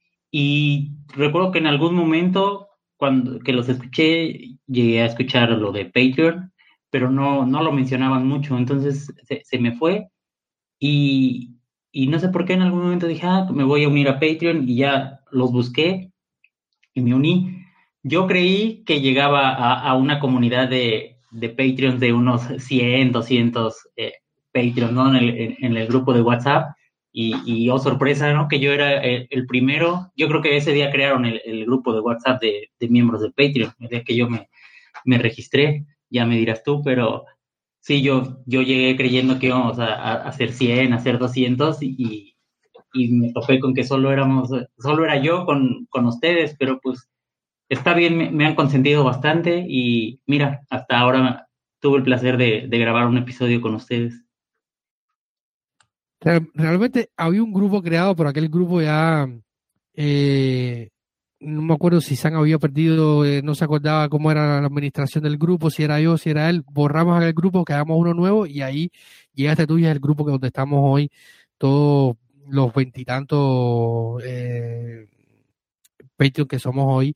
y recuerdo que en algún momento cuando que los escuché, llegué a escuchar lo de Patreon, pero no, no lo mencionaban mucho, entonces se, se me fue, y, y no sé por qué en algún momento dije, ah, me voy a unir a Patreon, y ya los busqué y me uní. Yo creí que llegaba a, a una comunidad de, de Patreons de unos cien, doscientos eh, Patreons, ¿no? En el, en, en el grupo de WhatsApp. Y, y oh sorpresa, ¿no? Que yo era el, el primero. Yo creo que ese día crearon el, el grupo de WhatsApp de, de miembros de Patreon, el día que yo me, me registré, ya me dirás tú, pero sí, yo, yo llegué creyendo que íbamos a, a hacer cien, a hacer doscientos, y, y me topé con que solo éramos, solo era yo con, con ustedes, pero pues está bien, me, me han consentido bastante, y mira, hasta ahora tuve el placer de, de grabar un episodio con ustedes. Realmente había un grupo creado, pero aquel grupo ya, eh, no me acuerdo si Sam había perdido, eh, no se acordaba cómo era la administración del grupo, si era yo, si era él. Borramos aquel grupo, creamos uno nuevo y ahí llegaste tú y es el grupo que donde estamos hoy, todos los veintitantos eh, Patreon que somos hoy.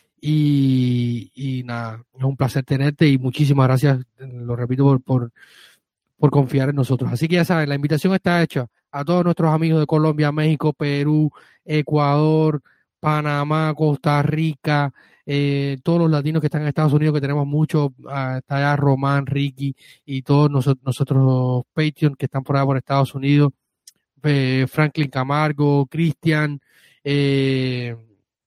Y, y nada, es un placer tenerte y muchísimas gracias, lo repito, por, por por confiar en nosotros. Así que ya saben, la invitación está hecha a todos nuestros amigos de Colombia, México, Perú, Ecuador, Panamá, Costa Rica, eh, todos los latinos que están en Estados Unidos, que tenemos muchos, uh, está allá Román, Ricky y todos nosotros, nosotros Patreon que están por allá por Estados Unidos, eh, Franklin Camargo, Cristian, eh,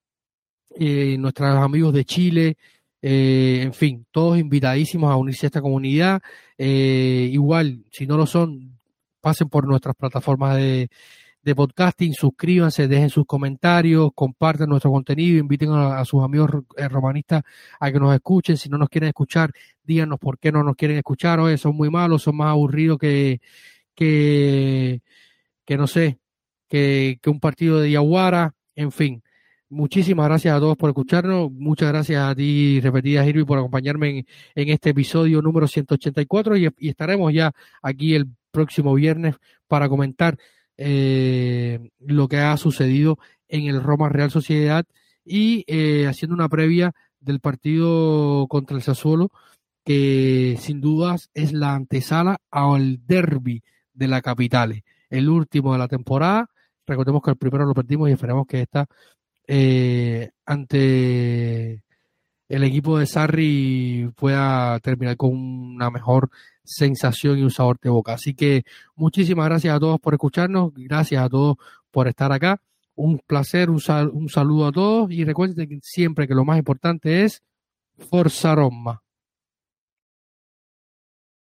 eh, nuestros amigos de Chile, eh, en fin, todos invitadísimos a unirse a esta comunidad. Eh, igual, si no lo son, pasen por nuestras plataformas de, de podcasting, suscríbanse, dejen sus comentarios, compartan nuestro contenido, inviten a, a sus amigos eh, romanistas a que nos escuchen. Si no nos quieren escuchar, díganos por qué no nos quieren escuchar. Oye, son muy malos, son más aburridos que, que, que no sé, que, que un partido de Yaguara, en fin. Muchísimas gracias a todos por escucharnos. Muchas gracias a ti, repetida Irvi, por acompañarme en, en este episodio número ciento ochenta y cuatro y, y estaremos ya aquí el próximo viernes para comentar eh, lo que ha sucedido en el Roma Real Sociedad y eh, haciendo una previa del partido contra el Sassuolo, que sin dudas es la antesala al derbi de la capital, el último de la temporada. Recordemos que el primero lo perdimos y esperemos que esta Eh, ante el equipo de Sarri pueda terminar con una mejor sensación y un sabor de boca. Así que muchísimas gracias a todos por escucharnos, gracias a todos por estar acá, un placer, un, sal, un saludo a todos y recuerden siempre que lo más importante es Forza Roma.